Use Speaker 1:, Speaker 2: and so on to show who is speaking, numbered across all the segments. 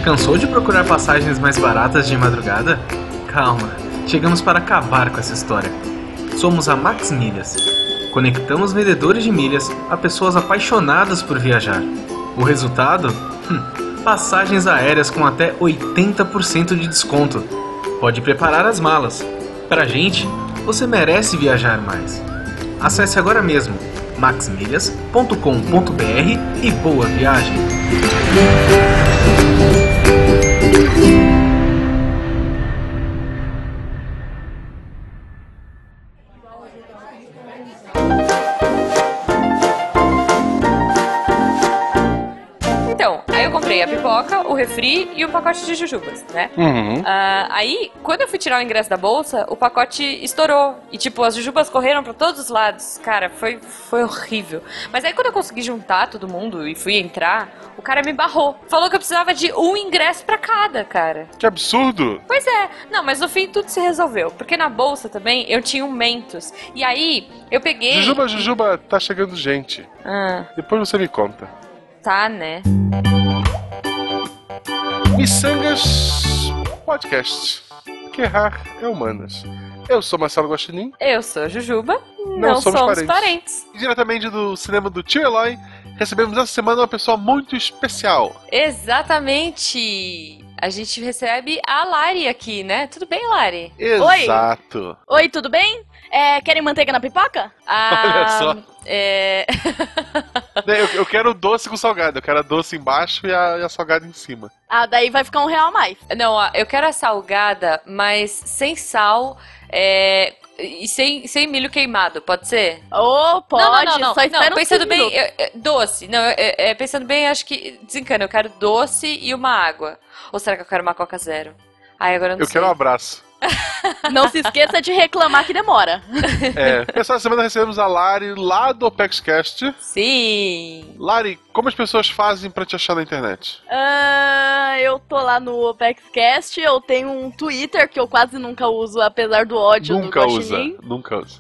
Speaker 1: Cansou de procurar passagens mais baratas de madrugada? Calma, chegamos para acabar com essa história. Somos a Max Milhas. Conectamos vendedores de milhas a pessoas apaixonadas por viajar. O resultado? Passagens aéreas com até 80% de desconto. Pode preparar as malas. Pra gente, você merece viajar mais. Acesse agora mesmo maxmilhas.com.br e boa viagem!
Speaker 2: A pipoca, o refri e um pacote de jujubas, né? Aí, quando eu fui tirar o ingresso da bolsa, o pacote estourou. E, tipo, as jujubas correram pra todos os lados. Cara, foi horrível. Mas aí, quando eu consegui juntar todo mundo e fui entrar, o cara me barrou. Falou que eu precisava de um ingresso pra cada, cara.
Speaker 3: Que absurdo!
Speaker 2: Pois é. Não, mas no fim tudo se resolveu. Porque na bolsa também eu tinha um Mentos. E aí, eu peguei...
Speaker 3: Jujuba, tá chegando gente. Depois você me conta.
Speaker 2: Tá, né?
Speaker 3: Missangas Podcast. Que errar é humanas. Eu sou Marcelo Guaxinim.
Speaker 2: Eu sou a Jujuba. Não somos parentes.
Speaker 3: E diretamente do cinema do Tio Eloy, recebemos essa semana uma pessoa muito especial.
Speaker 2: Exatamente. A gente recebe a Lari aqui, né? Tudo bem, Lari?
Speaker 3: Exato.
Speaker 4: Oi, tudo bem? Querem manteiga na pipoca?
Speaker 3: Olha só. Eu quero doce com salgado. Eu quero a doce embaixo e a salgada em cima.
Speaker 4: Daí vai ficar R$1 a mais.
Speaker 2: Não, eu quero a salgada, mas sem sal e sem milho queimado, pode ser?
Speaker 4: Pode.
Speaker 2: Não.
Speaker 4: Só espera
Speaker 2: Pensando
Speaker 4: um
Speaker 2: bem, doce. Não, pensando bem, acho que desencana. Eu quero doce e uma água. Ou será que eu quero uma Coca Zero? Agora eu não sei.
Speaker 3: Eu quero um abraço.
Speaker 4: Não se esqueça de reclamar que demora.
Speaker 3: Pessoal, essa semana recebemos a Lari lá do OpexCast.
Speaker 2: Sim.
Speaker 3: Lari, como as pessoas fazem pra te achar na internet?
Speaker 4: Eu tô lá no OpexCast, eu tenho um Twitter que eu quase nunca uso, apesar do ódio do Guaxinim.
Speaker 3: Nunca usa.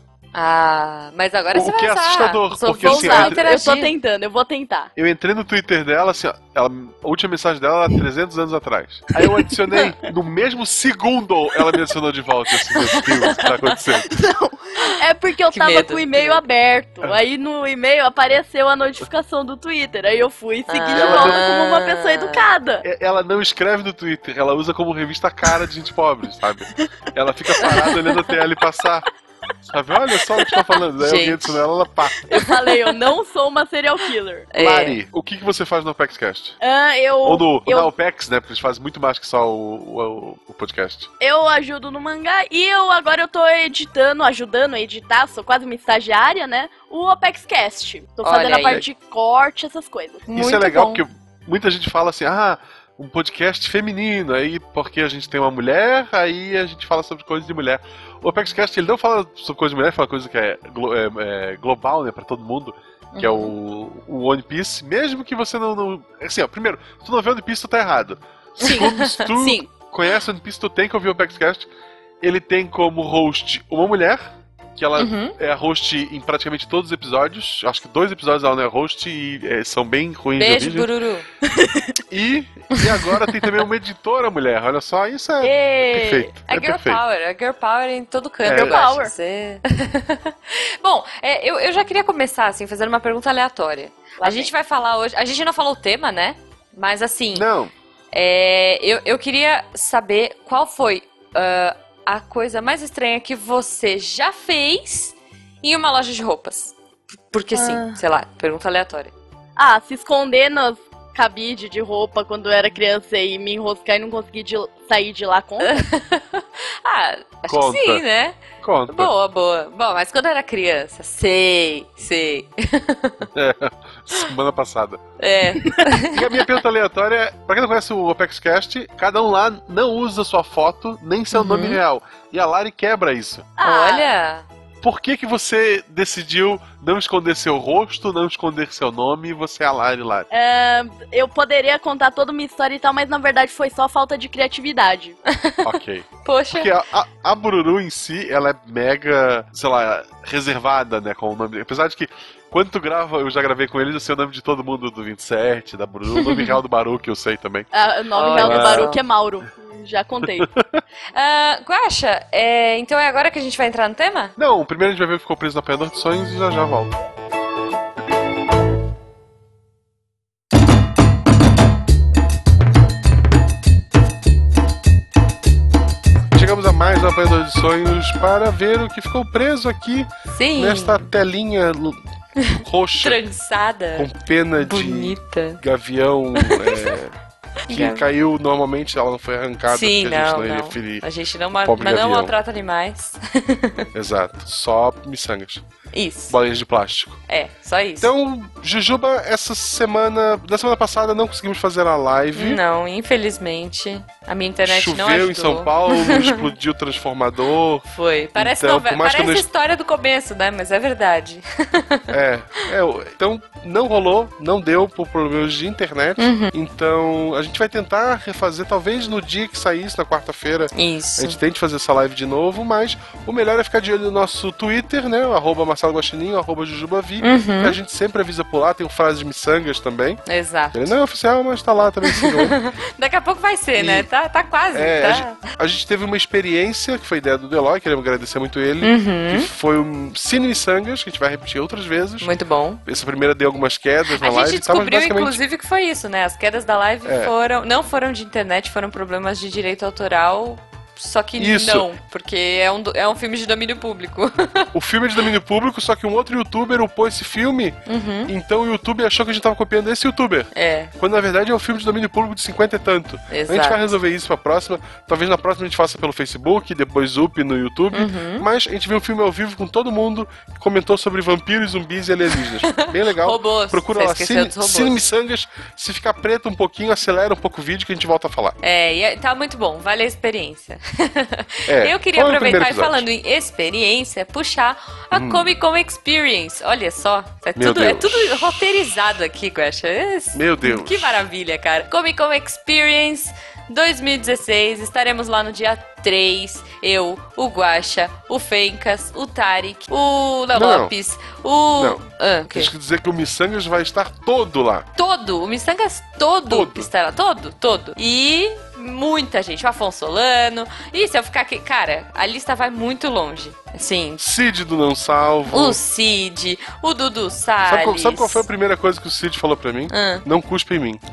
Speaker 2: Mas agora você vai usar.
Speaker 3: O que é assustador, porque assim...
Speaker 4: Eu tô tentando, eu vou tentar.
Speaker 3: Eu entrei no Twitter dela, assim, a última mensagem dela era 300 anos atrás. Aí eu adicionei, no mesmo segundo, ela me adicionou de volta, assim, meu Deus, o que tá acontecendo?
Speaker 4: Não, é porque eu tava com o e-mail aberto. Aí no e-mail apareceu a notificação do Twitter. Aí eu fui seguir de volta como uma pessoa educada.
Speaker 3: Ela não escreve no Twitter, ela usa como revista cara de gente pobre, sabe? Ela fica parada olhando a tela e passar. Sabe, olha só o que tá falando. Daí alguém adiciona ela pá.
Speaker 4: Eu falei, eu não sou uma serial killer.
Speaker 3: Lari, o que você faz no OpexCast? Ou na OPEX, né? Porque eles fazem muito mais que só o podcast.
Speaker 4: Eu ajudo no mangá e agora eu tô ajudando a editar, sou quase uma estagiária, né? O OpexCast. Tô fazendo a parte de corte, essas coisas.
Speaker 3: Isso é legal porque muita gente fala assim, um podcast feminino, aí porque a gente tem uma mulher, aí a gente fala sobre coisas de mulher. O OpexCast, ele não fala sobre coisa de mulher, fala coisa que é global, né, pra todo mundo, que é o One Piece, mesmo que você não... Assim, primeiro, se tu não vê One Piece, tu tá errado. Segundo, se tu conhece One Piece, tu tem que ouvir o OpexCast. Ele tem como host uma mulher, que ela é a host em praticamente todos os episódios. Acho que 2 episódios ela não é host e são bem ruins de ouvir.
Speaker 2: Beijo, Bururu.
Speaker 3: E agora tem também uma editora mulher. Olha só, isso é perfeito.
Speaker 2: A Girl Power em todo canto.
Speaker 4: Girl Power.
Speaker 2: Bom, eu já queria começar, assim, fazendo uma pergunta aleatória. A gente vai falar hoje... A gente não falou o tema, né? Mas, assim...
Speaker 3: Não.
Speaker 2: Eu queria saber qual foi... a coisa mais estranha que você já fez em uma loja de roupas. Porque sim, sei lá, pergunta aleatória.
Speaker 4: Se esconder nos cabide de roupa quando eu era criança e me enroscar e não conseguir sair de lá, conta?
Speaker 2: Acho que sim, né?
Speaker 3: Conta.
Speaker 2: Boa. Bom, mas quando eu era criança, sei.
Speaker 3: Semana passada.
Speaker 2: E
Speaker 3: a minha pergunta aleatória é, pra quem não conhece o OpexCast, cada um lá não usa sua foto, nem seu nome real. E a Lari quebra isso.
Speaker 2: Olha...
Speaker 3: por que você decidiu não esconder seu rosto, não esconder seu nome e você é a Lari Lari?
Speaker 4: Eu poderia contar toda uma história e tal, mas na verdade foi só falta de criatividade.
Speaker 3: Ok.
Speaker 2: Poxa.
Speaker 3: Porque a Bururu em si, ela é mega, sei lá, reservada, né, com o nome. Apesar de que, quando tu grava, eu já gravei com eles, eu sei o nome de todo mundo do 27, da Bururu, o nome real do Baruque eu sei também.
Speaker 4: O nome real do Baruque é Mauro. Já contei.
Speaker 2: Guaxa, então é agora que a gente vai entrar no tema?
Speaker 3: Não, primeiro a gente vai ver o que ficou preso na Pedra dos Sonhos e já volta. Chegamos a mais uma Pedra dos Sonhos para ver o que ficou preso aqui.
Speaker 2: Sim.
Speaker 3: Nesta telinha roxa.
Speaker 2: Trançada.
Speaker 3: Com pena
Speaker 2: bonita.
Speaker 3: De gavião. Que caiu normalmente, ela não foi arrancada.
Speaker 2: Sim,
Speaker 3: porque a gente não iria ferir.
Speaker 2: A gente não maltrata animais.
Speaker 3: Exato, só miçangas.
Speaker 2: Isso.
Speaker 3: Bolinhas de plástico.
Speaker 2: Só isso.
Speaker 3: Então, Jujuba, na semana passada não conseguimos fazer a live.
Speaker 2: Não, infelizmente. A minha internet
Speaker 3: Choveu
Speaker 2: não ajudou.
Speaker 3: Em São Paulo, explodiu o transformador.
Speaker 2: Foi. Parece a história do começo, né? Mas é verdade.
Speaker 3: Então, não rolou, não deu por problemas de internet.
Speaker 2: Uhum.
Speaker 3: Então, a gente vai tentar refazer, talvez no dia que saísse, na quarta-feira.
Speaker 2: Isso.
Speaker 3: A gente tente fazer essa live de novo, mas o melhor é ficar de olho no nosso Twitter, né? @MarceloGuaxinim, @JujubaVi.
Speaker 2: Uhum.
Speaker 3: Que a gente sempre avisa por lá, tem o Frases Miçangas também.
Speaker 2: Exato.
Speaker 3: Ele não é oficial, mas tá lá também.
Speaker 2: Daqui a pouco vai ser, né? Tá quase.
Speaker 3: A gente teve uma experiência, que foi ideia do Deloy, queremos agradecer muito ele, que foi um Cine Miçangas, que a gente vai repetir outras vezes.
Speaker 2: Muito bom.
Speaker 3: Essa primeira deu algumas quedas na live.
Speaker 2: A gente descobriu,
Speaker 3: basicamente...
Speaker 2: inclusive, que foi isso, né? As quedas da live não foram de internet, foram problemas de direito autoral. Só que não, porque é um filme de domínio público.
Speaker 3: O filme é de domínio público, só que um outro youtuber upou esse filme, então o YouTube achou que a gente tava copiando esse youtuber. Quando na verdade é um filme de domínio público de 50 e tanto.
Speaker 2: Exato.
Speaker 3: A gente vai resolver isso pra próxima. Talvez na próxima a gente faça pelo Facebook, depois up no YouTube. Mas a gente viu um filme ao vivo com todo mundo que comentou sobre vampiros, zumbis e alienígenas. Bem legal.
Speaker 2: Robôs.
Speaker 3: Procura lá, Cine Miçangas. Se ficar preto um pouquinho, acelera um pouco o vídeo que a gente volta a falar.
Speaker 2: Tá muito bom, vale a experiência. Eu queria aproveitar e falando em experiência, puxar a Comic Con Experience. Olha só, é tudo roteirizado aqui, Guaxa.
Speaker 3: Meu Deus.
Speaker 2: Que maravilha, cara. Comic Con Experience 2016, estaremos lá no dia 3. Eu, o Guaxa, o Fencas, o Tarek, o Léo Lopes,
Speaker 3: Não. Quer dizer que o Miçangas vai estar todo lá.
Speaker 2: Todo, o Miçangas todo estará, todo. E muita gente, o Afonso Solano. E se eu ficar aqui, cara, a lista vai muito longe. Assim.
Speaker 3: Cid do Não Salvo.
Speaker 2: O Cid, o Dudu Salles.
Speaker 3: Sabe qual foi a primeira coisa que o Cid falou pra mim? Não cuspe em mim.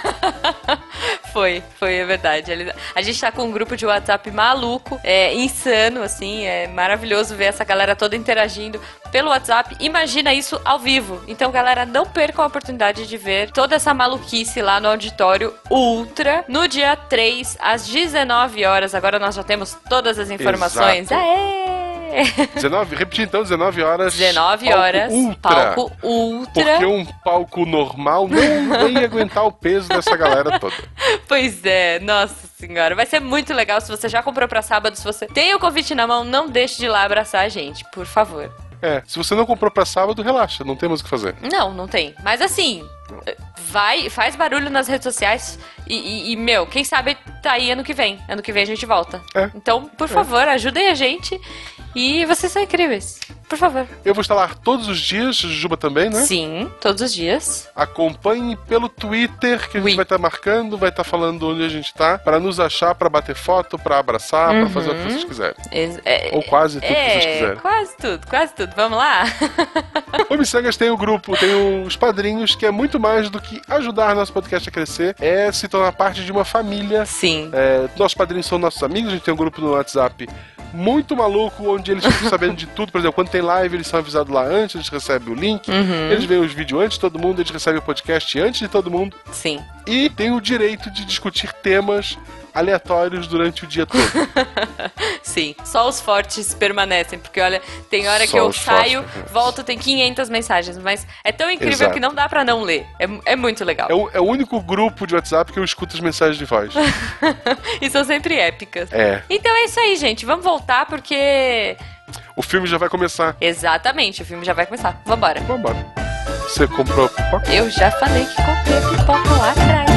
Speaker 2: Foi, é verdade. A gente tá com um grupo de WhatsApp maluco, insano, assim, é maravilhoso ver essa galera toda interagindo pelo WhatsApp. Imagina isso ao vivo. Então, galera, não percam a oportunidade de ver toda essa maluquice lá no Auditório Ultra, no dia 3, às 19 horas. Agora nós já temos todas as informações.
Speaker 3: Aê! 19, repetir então, 19 horas.
Speaker 2: 19 horas, palco Ultra.
Speaker 3: Porque um palco normal não ia aguentar o peso dessa galera toda.
Speaker 2: Pois é, nossa senhora. Vai ser muito legal. Se você já comprou pra sábado, se você tem o convite na mão, não deixe de ir lá abraçar a gente, por favor.
Speaker 3: Se você não comprou pra sábado, relaxa, não temos o que fazer.
Speaker 2: Não tem. Mas assim, faz barulho nas redes sociais e meu, quem sabe tá aí ano que vem. Ano que vem a gente volta. Então, por favor, ajudem a gente. E vocês são incríveis. Por favor.
Speaker 3: Eu vou estar lá todos os dias, Juba também, né?
Speaker 2: Sim, todos os dias.
Speaker 3: Acompanhe pelo Twitter, que a gente vai estar marcando, vai estar falando onde a gente tá, para nos achar, para bater foto, para abraçar, para fazer o que vocês quiserem. Ou quase tudo que vocês quiserem.
Speaker 2: Quase tudo. Vamos lá?
Speaker 3: O Miçangas tem o grupo, tem os padrinhos, que é muito mais do que ajudar nosso podcast a crescer, é se tornar parte de uma família.
Speaker 2: Sim.
Speaker 3: Nossos padrinhos são nossos amigos, a gente tem um grupo no WhatsApp muito maluco, onde eles ficam sabendo de tudo. Por exemplo, quando tem live, eles são avisados lá antes, eles recebem o link, eles veem os vídeos antes de todo mundo, eles recebem o podcast antes de todo mundo.
Speaker 2: Sim.
Speaker 3: E tem o direito de discutir temas aleatórios durante o dia todo.
Speaker 2: Sim, só os fortes permanecem, porque olha, tem hora que eu saio, volto, tem 500 mensagens, mas é tão incrível que não dá pra não ler. É muito legal.
Speaker 3: É o único grupo de WhatsApp que eu escuto as mensagens de voz.
Speaker 2: E são sempre épicas.
Speaker 3: É.
Speaker 2: Então é isso aí, gente. Vamos voltar porque
Speaker 3: O filme já vai começar.
Speaker 2: Exatamente, o filme já vai começar. Vambora.
Speaker 3: Você comprou pipoca?
Speaker 2: Eu já falei que comprei pipoca lá atrás.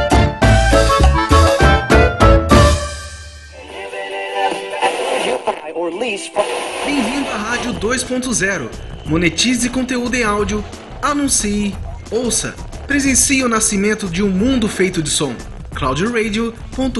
Speaker 1: Bem-vindo à Rádio 2.0. Monetize conteúdo em áudio, anuncie, ouça, presencie o nascimento de um mundo feito de som. cloudradio.com.br.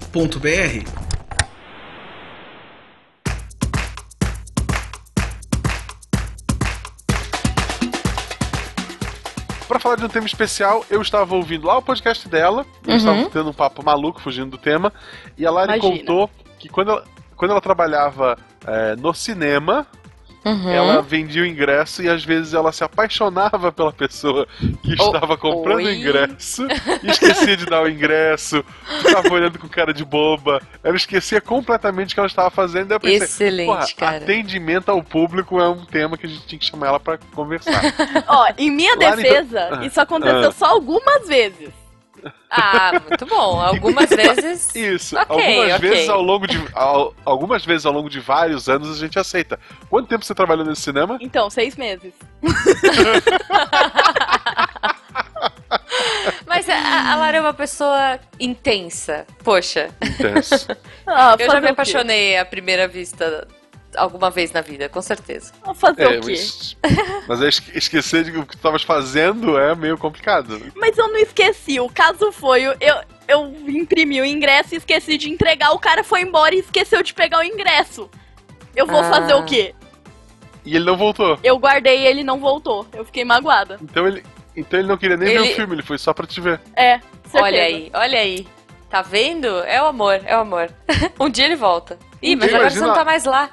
Speaker 3: Pra falar de um tema especial, eu estava ouvindo lá o podcast dela, eles estavam tendo um papo maluco, fugindo do tema, e a Lari contou que quando ela trabalhava no cinema, ela vendia o ingresso e às vezes ela se apaixonava pela pessoa que estava comprando o ingresso e esquecia de dar o ingresso, ficava olhando com cara de boba, ela esquecia completamente o que ela estava fazendo. Eu pensei,
Speaker 2: excelente, cara.
Speaker 3: Atendimento ao público é um tema que a gente tinha que chamar ela pra conversar.
Speaker 4: Ó, em minha defesa, isso aconteceu só algumas vezes.
Speaker 2: Ah, muito bom. Algumas vezes.
Speaker 3: Isso.
Speaker 2: Okay,
Speaker 3: Algumas vezes ao longo de vários anos a gente aceita. Quanto tempo você trabalhou nesse cinema?
Speaker 4: Então, 6 meses.
Speaker 2: Mas a Lara é uma pessoa intensa. Poxa.
Speaker 3: Intenso.
Speaker 2: Eu já me apaixonei à primeira vista alguma vez na vida, com certeza.
Speaker 4: Vou fazer o quê?
Speaker 3: Mas esquecer de o que tu estavas fazendo é meio complicado. Né?
Speaker 4: Mas eu não esqueci. O caso foi, eu imprimi o ingresso e esqueci de entregar. O cara foi embora e esqueceu de pegar o ingresso. Eu vou fazer o quê?
Speaker 3: E ele não voltou.
Speaker 4: Eu guardei e ele não voltou. Eu fiquei magoada.
Speaker 3: Então ele não queria nem ver o filme, ele foi só pra te ver.
Speaker 4: É,
Speaker 2: certeza. Olha aí. Tá vendo? É o amor. Um dia ele volta. Ih, mas agora você não tá mais lá.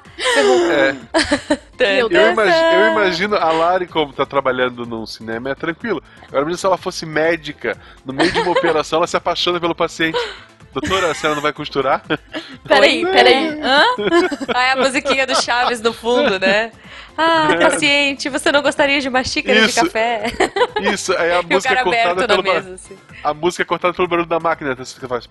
Speaker 3: Eu imagino a Lari, como tá trabalhando num cinema, é tranquilo. Agora imagina se ela fosse médica, no meio de uma operação, ela se apaixona pelo paciente. Doutora, a senhora não vai costurar?
Speaker 2: Peraí. Hã? Aí a musiquinha do Chaves no fundo, né? Paciente, você não gostaria de uma xícara de café?
Speaker 3: Isso, aí a música é cortada pelo mesa, assim. A música é cortada pelo barulho da máquina, você faz.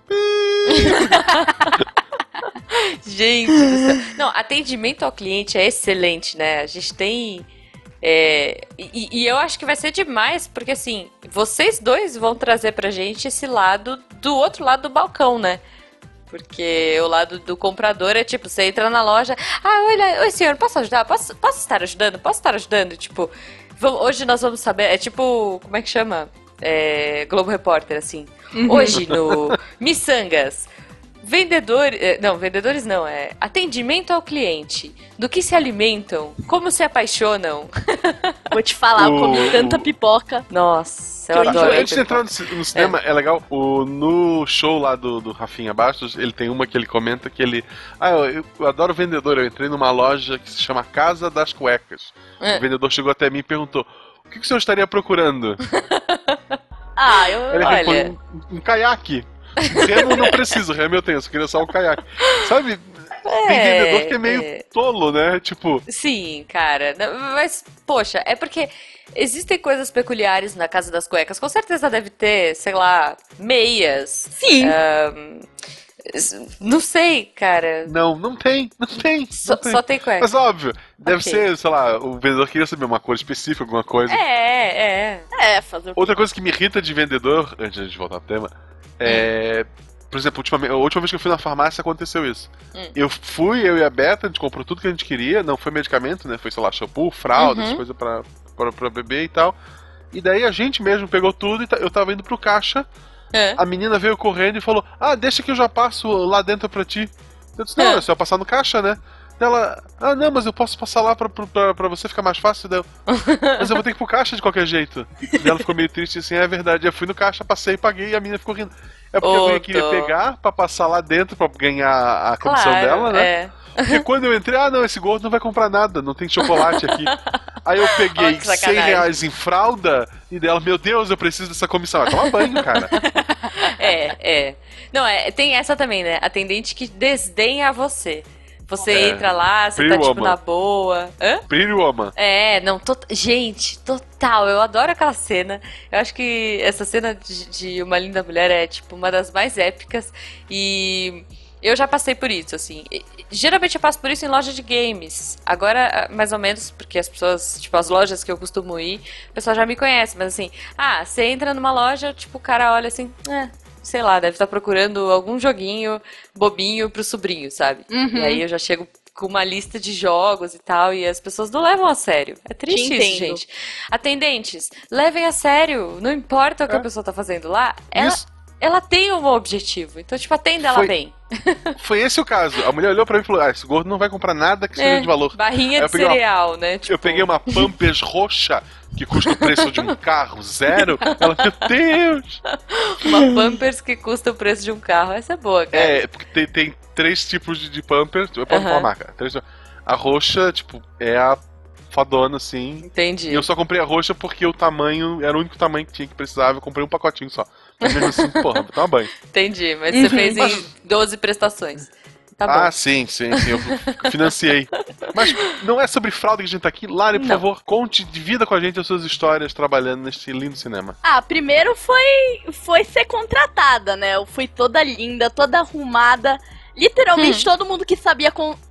Speaker 2: Gente do céu. Não, atendimento ao cliente é excelente, né? A gente tem... E eu acho que vai ser demais, porque assim, vocês dois vão trazer pra gente esse lado do outro lado do balcão, né? Porque o lado do comprador é tipo, você entra na loja, oi senhor, posso ajudar? Posso estar ajudando? Tipo, hoje nós vamos saber, é tipo, como é que chama? Globo Repórter, assim. Hoje no Missangas, vendedores não, atendimento ao cliente, do que se alimentam, como se apaixonam.
Speaker 4: Vou te falar, eu comi tanta pipoca.
Speaker 2: Nossa, eu adoro.
Speaker 3: Antes de entrar no cinema, é legal, no show lá do Rafinha Bastos, ele tem uma que ele comenta que ele... eu adoro vendedor, eu entrei numa loja que se chama Casa das Cuecas. O vendedor chegou até mim e perguntou, o que o senhor estaria procurando? Ele respondeu, um caiaque. Remo não preciso, remo eu tenho, só queria só um caiaque. Sabe, tem vendedor que é meio tolo, né? Tipo...
Speaker 2: Sim, cara. Mas, poxa, é porque existem coisas peculiares na Casa das Cuecas. Com certeza deve ter, sei lá, meias.
Speaker 4: Sim.
Speaker 2: Não sei, cara.
Speaker 3: Não tem.
Speaker 2: Só tem cueca.
Speaker 3: Mas óbvio, deve ser, sei lá, o vendedor queria saber uma cor específica, alguma coisa.
Speaker 4: Fazer o quê?
Speaker 3: Outra coisa que me irrita de vendedor, antes de voltar ao tema, por exemplo, a última vez que eu fui na farmácia aconteceu isso. Eu e a Beta, a gente comprou tudo que a gente queria, não foi medicamento, né? Foi, sei lá, shampoo, fraldas, coisa pra beber e tal. E daí a gente mesmo pegou tudo e eu tava indo pro caixa. A menina veio correndo e falou, deixa que eu já passo lá dentro pra ti. Eu disse, não, é só passar no caixa, né? Ela, não, mas eu posso passar lá pra você ficar mais fácil. Mas eu vou ter que ir pro caixa de qualquer jeito. E ela ficou meio triste assim, é verdade. Eu fui no caixa, passei, paguei e a menina ficou rindo. É porque eu queria pegar pra passar lá dentro pra ganhar a comissão dela, né? Porque quando eu entrei, não, esse gordo não vai comprar nada, não tem chocolate aqui. Aí eu peguei R$100 em fralda e dela, meu Deus, eu preciso dessa comissão. Vai tomar banho, cara.
Speaker 2: Não, tem essa também, né? Atendente que desdenha você. Você entra lá, você tá tipo na boa.
Speaker 3: Pretty Woman.
Speaker 2: Gente, total. Eu adoro aquela cena. Eu acho que essa cena de Uma Linda Mulher é tipo uma das mais épicas. E Eu já passei por isso, assim. Geralmente eu passo por isso em loja de games. Agora, mais ou menos, porque as pessoas, tipo, as lojas que eu costumo ir, o pessoal já me conhece, mas assim, você entra numa loja, tipo, o cara olha assim, sei lá, deve estar procurando algum joguinho bobinho pro sobrinho, sabe? E aí eu já chego com uma lista de jogos e tal, e as pessoas não levam a sério. É triste isso, gente. Atendentes, levem a sério. Não importa o que a pessoa tá fazendo lá, ela tem um objetivo. Então, tipo, atenda ela bem.
Speaker 3: Foi esse o caso. A mulher olhou pra mim e falou, esse gordo não vai comprar nada que seja de valor.
Speaker 2: Barrinha de cereal, né? Tipo...
Speaker 3: Eu peguei uma Pampers roxa, que custa o preço de um carro, 0. Ela, meu Deus!
Speaker 2: Uma Pampers que custa o preço de um carro. Essa é boa, cara.
Speaker 3: Porque tem 3 tipos de Pampers. Eu posso falar a marca. A roxa, tipo, é a fodona, assim.
Speaker 2: Entendi.
Speaker 3: E eu só comprei a roxa porque o tamanho era o único tamanho que tinha que precisava. Eu comprei um pacotinho só. Mas mesmo assim, porra, vou tomar banho.
Speaker 2: Entendi, mas você fez em 12 prestações. Tá bom.
Speaker 3: Sim, eu financiei. Mas não é sobre fraude que a gente tá aqui. Lari, por favor, conte, divida com a gente as suas histórias trabalhando neste lindo cinema.
Speaker 4: Primeiro foi ser contratada, né? Eu fui toda linda, toda arrumada. Literalmente todo mundo que sabia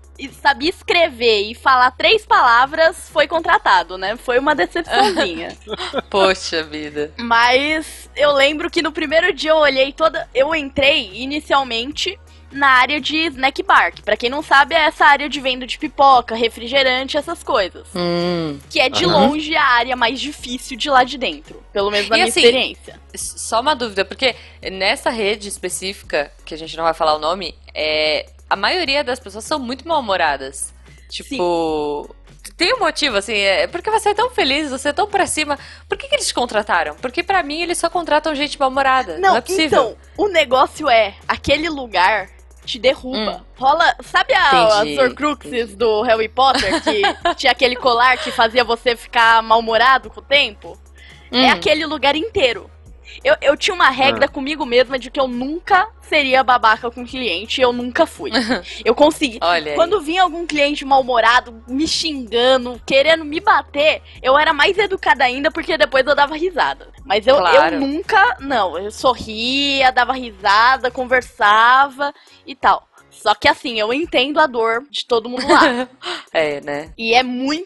Speaker 4: escrever e falar 3 palavras foi contratado, né? Foi uma decepçãozinha.
Speaker 2: Poxa vida.
Speaker 4: Mas eu lembro que no primeiro dia eu entrei inicialmente na área de snack bar, que pra quem não sabe é essa área de venda de pipoca, refrigerante, essas coisas. Que é de longe a área mais difícil de lá de dentro, pelo menos na minha experiência.
Speaker 2: Só uma dúvida, porque nessa rede específica, que a gente não vai falar o nome, a maioria das pessoas são muito mal-humoradas. Tipo... Sim. Tem um motivo, assim, porque você é tão feliz, você é tão pra cima. Por que eles te contrataram? Porque pra mim eles só contratam gente mal-humorada. Não é possível.
Speaker 4: Então, o negócio aquele lugar te derruba. Rola. Sabe as Horcruxes do Harry Potter, que tinha aquele colar que fazia você ficar mal-humorado com o tempo? É aquele lugar inteiro. Eu tinha uma regra comigo mesma de que eu nunca seria babaca com cliente, e eu nunca fui. Eu consegui. Quando vinha algum cliente mal-humorado, me xingando, querendo me bater, eu era mais educada ainda, porque depois eu dava risada. Mas eu nunca, eu sorria, dava risada, conversava e tal. Só que assim, eu entendo a dor de todo mundo lá.
Speaker 2: Né?
Speaker 4: E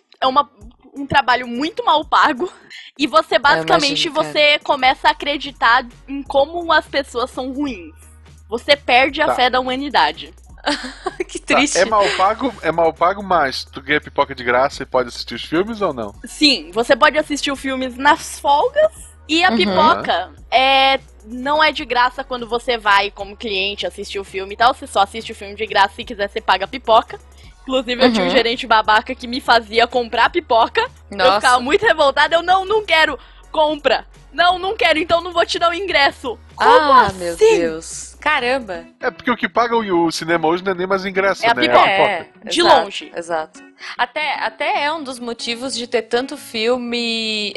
Speaker 4: um trabalho muito mal pago. E você, basicamente, você começa a acreditar em como as pessoas são ruins. Você perde a fé da humanidade.
Speaker 2: Que triste.
Speaker 3: É mal pago, mas tu ganha pipoca de graça e pode assistir os filmes ou não?
Speaker 4: Sim, você pode assistir os filmes nas folgas. E a pipoca não é de graça quando você vai como cliente assistir o filme e tal. Você só assiste o filme de graça, se quiser você paga a pipoca. Inclusive, eu tinha um gerente babaca que me fazia comprar pipoca. Nossa. Eu ficava muito revoltada. Eu, não quero. Compra. Não quero, então não vou te dar o ingresso. Como assim?
Speaker 2: Meu Deus. Caramba.
Speaker 3: É porque o que paga o cinema hoje não é nem mais ingresso,
Speaker 4: né?
Speaker 3: A pipoca.
Speaker 4: De longe.
Speaker 2: Exato. Até é um dos motivos de ter tanto filme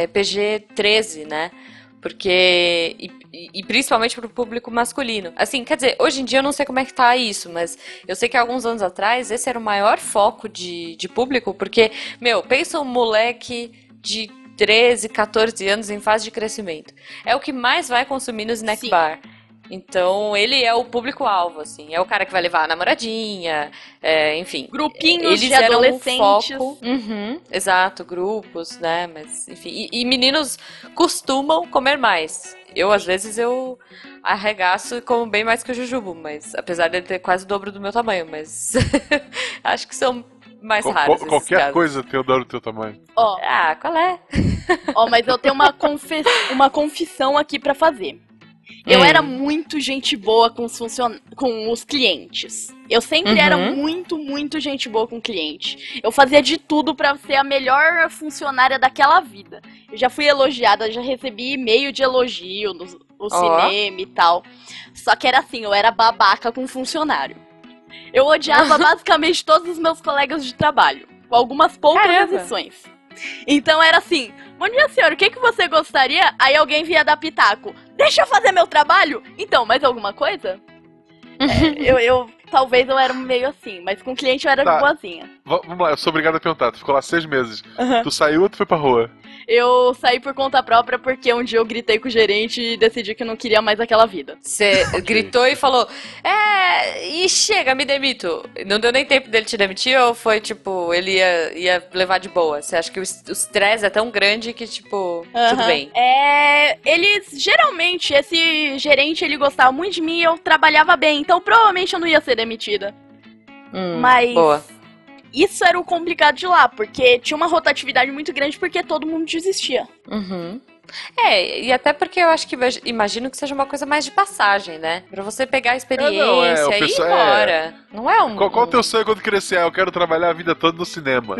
Speaker 2: PG-13, né? Porque... E principalmente pro público masculino. Assim, quer dizer, hoje em dia eu não sei como é que tá isso, mas eu sei que há alguns anos atrás esse era o maior foco de público, porque, pensa um moleque de 13, 14 anos em fase de crescimento. É o que mais vai consumir no snack bar. Então, ele é o público-alvo, assim. É o cara que vai levar a namoradinha, enfim.
Speaker 4: Grupinhos de adolescentes.
Speaker 2: Um foco. Exato, grupos, né? Mas, enfim. E meninos costumam comer mais. Às vezes, eu arregaço e como bem mais que o Jujubo, mas apesar dele ter quase o dobro do meu tamanho, mas acho que são mais raros esses
Speaker 3: qualquer
Speaker 2: casos.
Speaker 3: coisa tem o dobro do teu tamanho.
Speaker 2: Qual é?
Speaker 4: Mas eu tenho uma confissão aqui pra fazer. Eu era muito gente boa com os clientes. Eu sempre era muito, muito gente boa com o cliente. Eu fazia de tudo pra ser a melhor funcionária daquela vida. Eu já fui elogiada, já recebi e-mail de elogio no cinema e tal. Só que era assim, eu era babaca com funcionário. Eu odiava basicamente todos os meus colegas de trabalho, com algumas poucas exceções. Então era assim, bom dia, senhor, o que você gostaria? Aí alguém via dar pitaco. Deixa eu fazer meu trabalho? Então, mais alguma coisa? Talvez eu era meio assim, mas com o cliente eu era boazinha.
Speaker 3: Vamos lá, eu sou obrigado a perguntar. Tu ficou lá 6 meses. Tu saiu ou tu foi pra rua?
Speaker 4: eu saí por conta própria porque um dia eu gritei com o gerente e decidi que eu não queria mais aquela vida.
Speaker 2: Você gritou e falou, e chega, me demito. Não deu nem tempo dele te demitir ou foi, tipo, ele ia levar de boa? Você acha que o estresse é tão grande que, tipo, tudo bem?
Speaker 4: Geralmente, esse gerente, ele gostava muito de mim e eu trabalhava bem, então provavelmente eu não ia ser demitida. Mas...
Speaker 2: Boa.
Speaker 4: Isso era o complicado de lá, porque tinha uma rotatividade muito grande porque todo mundo desistia.
Speaker 2: Uhum. E até porque eu acho que imagino que seja uma coisa mais de passagem, né? Pra você pegar a experiência e ir embora. Não é um...
Speaker 3: Qual o teu sonho quando crescer? Eu quero trabalhar a vida toda no cinema.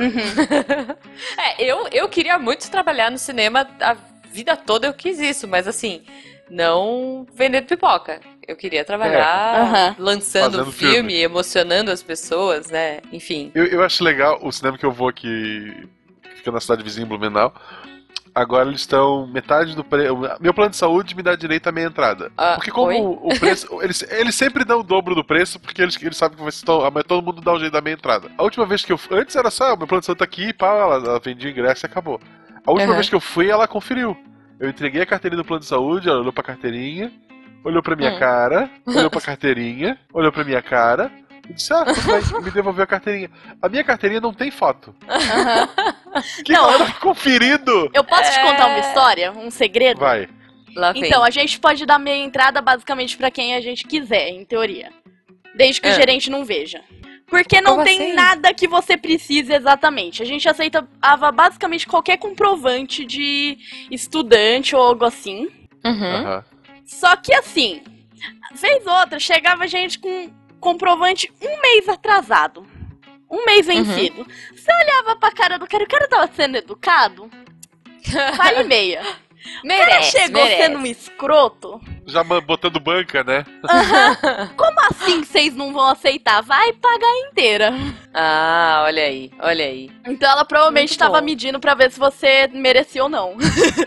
Speaker 2: Eu queria muito trabalhar no cinema, a vida toda eu quis isso, mas assim, não vendendo pipoca. Eu queria trabalhar lançando um filme, emocionando as pessoas, né? Enfim.
Speaker 3: Eu acho legal o cinema que eu vou aqui, que fica na cidade vizinha, em Blumenau. Agora eles estão metade do preço. Meu plano de saúde me dá direito à meia entrada. Porque como o preço. Eles sempre dão o dobro do preço, porque eles sabem que vai ser todo mundo dá um jeito da meia entrada. A última vez que eu fui. Antes era só, meu plano de saúde tá aqui, pá, ela vendia o ingresso e acabou. A última vez que eu fui, ela conferiu. Eu entreguei a carteirinha do plano de saúde, ela olhou pra carteirinha. Olhou pra minha cara, olhou pra carteirinha, olhou pra minha cara e disse, tudo bem, me devolveu a carteirinha. A minha carteirinha não tem foto. Que hora conferido!
Speaker 4: Eu posso te contar uma história? Um segredo?
Speaker 3: Vai.
Speaker 4: Então, a gente pode dar meia entrada basicamente pra quem a gente quiser, em teoria. Desde que o gerente não veja. Porque não tem nada que você precise exatamente. A gente aceitava basicamente qualquer comprovante de estudante ou algo assim. Só que assim, vez ou outra, chegava gente com comprovante um mês atrasado. Um mês vencido. Você olhava pra cara do cara, o cara tava sendo educado? Vale meia. O cara chegou sendo um escroto?
Speaker 3: Já botando banca, né?
Speaker 4: Como assim vocês não vão aceitar? Vai pagar inteira.
Speaker 2: Olha aí, olha aí.
Speaker 4: Então ela provavelmente tava medindo pra ver se você merecia ou não.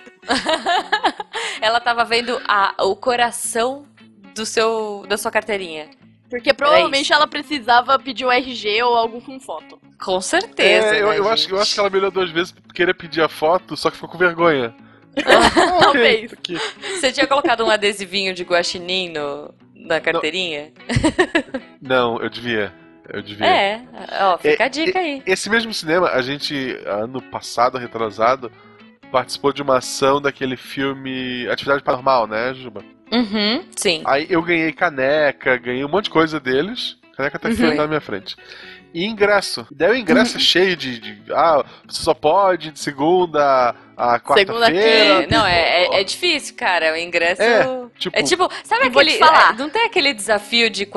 Speaker 2: Ela tava vendo o coração da sua carteirinha.
Speaker 4: Porque provavelmente ela precisava pedir um RG ou algo com foto.
Speaker 2: Com certeza.
Speaker 3: Eu acho que ela me olhou 2 vezes porque queria pedir a foto, só que ficou com vergonha.
Speaker 4: Talvez.
Speaker 2: Você tinha colocado um adesivinho de guaxinim na carteirinha?
Speaker 3: Não, eu devia.
Speaker 2: Fica a dica aí.
Speaker 3: Esse mesmo cinema, a gente, ano passado, retrasado, participou de uma ação daquele filme Atividade Paranormal, né, Juba?
Speaker 2: Sim.
Speaker 3: Aí eu ganhei caneca, ganhei um monte de coisa deles. A caneca tá aqui na minha frente. E ingresso. Daí o ingresso cheio de você só pode de segunda a quarta-feira.
Speaker 2: Não, é difícil, cara. O ingresso. É tipo, sabe
Speaker 4: aquele. Vou te falar.
Speaker 2: Não tem aquele desafio de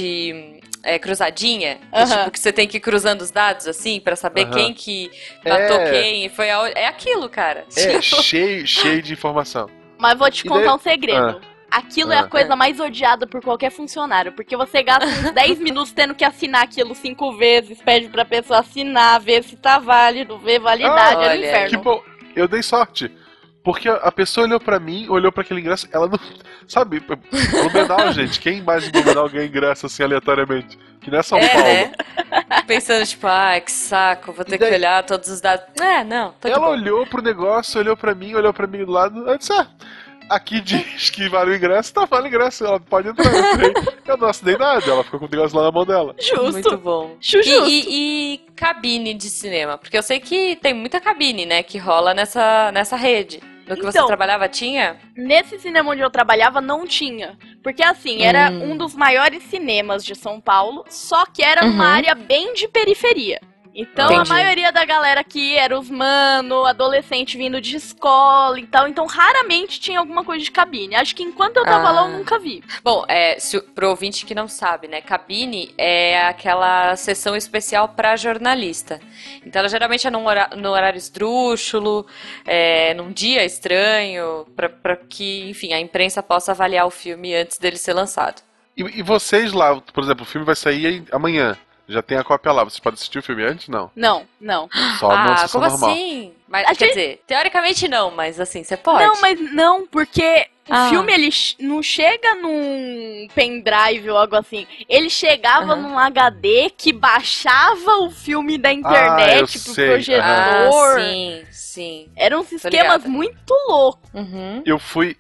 Speaker 2: cruzadinha? Tipo, que você tem que ir cruzando os dados, assim, pra saber quem que matou quem. É aquilo, cara.
Speaker 3: Cheio de informação.
Speaker 4: Mas vou te contar um segredo. Aquilo é a coisa mais odiada por qualquer funcionário, porque você gasta uns 10 minutos tendo que assinar aquilo 5 vezes, pede pra pessoa assinar, ver se tá válido, ver validade, é no inferno.
Speaker 3: Que bom, eu dei sorte, porque a pessoa olhou pra mim, olhou pra aquele ingresso, ela não... Sabe, Blumenau, gente, quem mais em Blumenau ganha ingresso assim aleatoriamente? Que não é São Paulo.
Speaker 2: Né? Pensando, tipo, que saco, vou ter que olhar todos os dados. Não, tô de boa.
Speaker 3: Ela olhou pro negócio, olhou pra mim do lado, eu disse, aqui diz que vale o ingresso, tá, vale o ingresso, ela pode entrar. Eu não assinei nada, ela ficou com o negócio lá na mão dela.
Speaker 4: Justo.
Speaker 2: Muito bom.
Speaker 4: Justo.
Speaker 2: E cabine de cinema? Porque eu sei que tem muita cabine, né, que rola nessa rede. No que você trabalhava, tinha?
Speaker 4: Nesse cinema onde eu trabalhava, não tinha. Porque, assim, era um dos maiores cinemas de São Paulo, só que era uma área bem de periferia. Então, a maioria da galera aqui era os adolescente vindo de escola e tal. Então, raramente tinha alguma coisa de cabine. Acho que enquanto eu tava lá, eu nunca vi.
Speaker 2: Bom, pro ouvinte que não sabe, né? Cabine é aquela sessão especial pra jornalista. Então, ela geralmente é no horário esdrúxulo, num dia estranho, pra que, enfim, a imprensa possa avaliar o filme antes dele ser lançado.
Speaker 3: E vocês lá, por exemplo, o filme vai sair amanhã. Já tem a cópia lá. Você pode assistir o filme antes? Não.
Speaker 4: Não.
Speaker 3: Só na sessão
Speaker 2: como
Speaker 3: normal.
Speaker 2: assim? Mas, quer dizer, teoricamente não, mas assim, você pode.
Speaker 4: Não, mas não, porque o filme, ele não chega num pendrive ou algo assim. Ele chegava num HD que baixava o filme da internet pro projetor.
Speaker 2: Sim.
Speaker 4: Eram esquemas muito loucos.
Speaker 3: Eu fui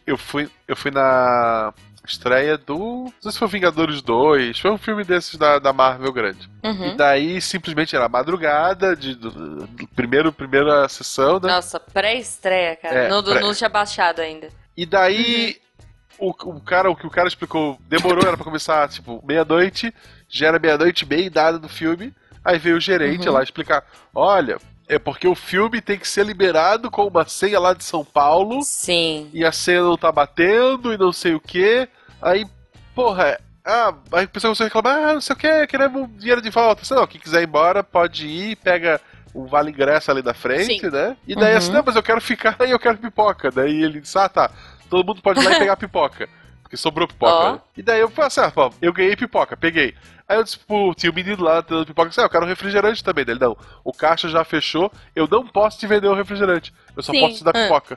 Speaker 3: na estreia do... Não sei se foi Vingadores 2. Foi um filme desses da Marvel grande. E daí, simplesmente, era madrugada primeira sessão, né?
Speaker 2: Nossa, pré-estreia, cara. Não tinha baixado ainda.
Speaker 3: E daí, o que o cara explicou, demorou, era pra começar, tipo, meia-noite. Já era meia-noite, meia idade do filme. Aí veio o gerente lá explicar, olha... É porque o filme tem que ser liberado com uma senha lá de São Paulo.
Speaker 2: Sim.
Speaker 3: E a senha não tá batendo e não sei o que. Aí, porra, aí a pessoa começou a reclamar, não sei o que, queremos dinheiro de volta. Sei não, quem quiser ir embora pode ir, pega o vale ingresso ali da frente, né? E daí assim, não, mas eu quero ficar e eu quero pipoca. Daí ele disse, tá, todo mundo pode ir lá e pegar pipoca. Porque sobrou pipoca, né? E daí eu falei assim, eu ganhei pipoca, peguei. Aí eu disse, tinha um menino lá dando pipoca, eu quero um refrigerante também. Dele, não, o caixa já fechou, eu não posso te vender o refrigerante, eu só posso te dar pipoca.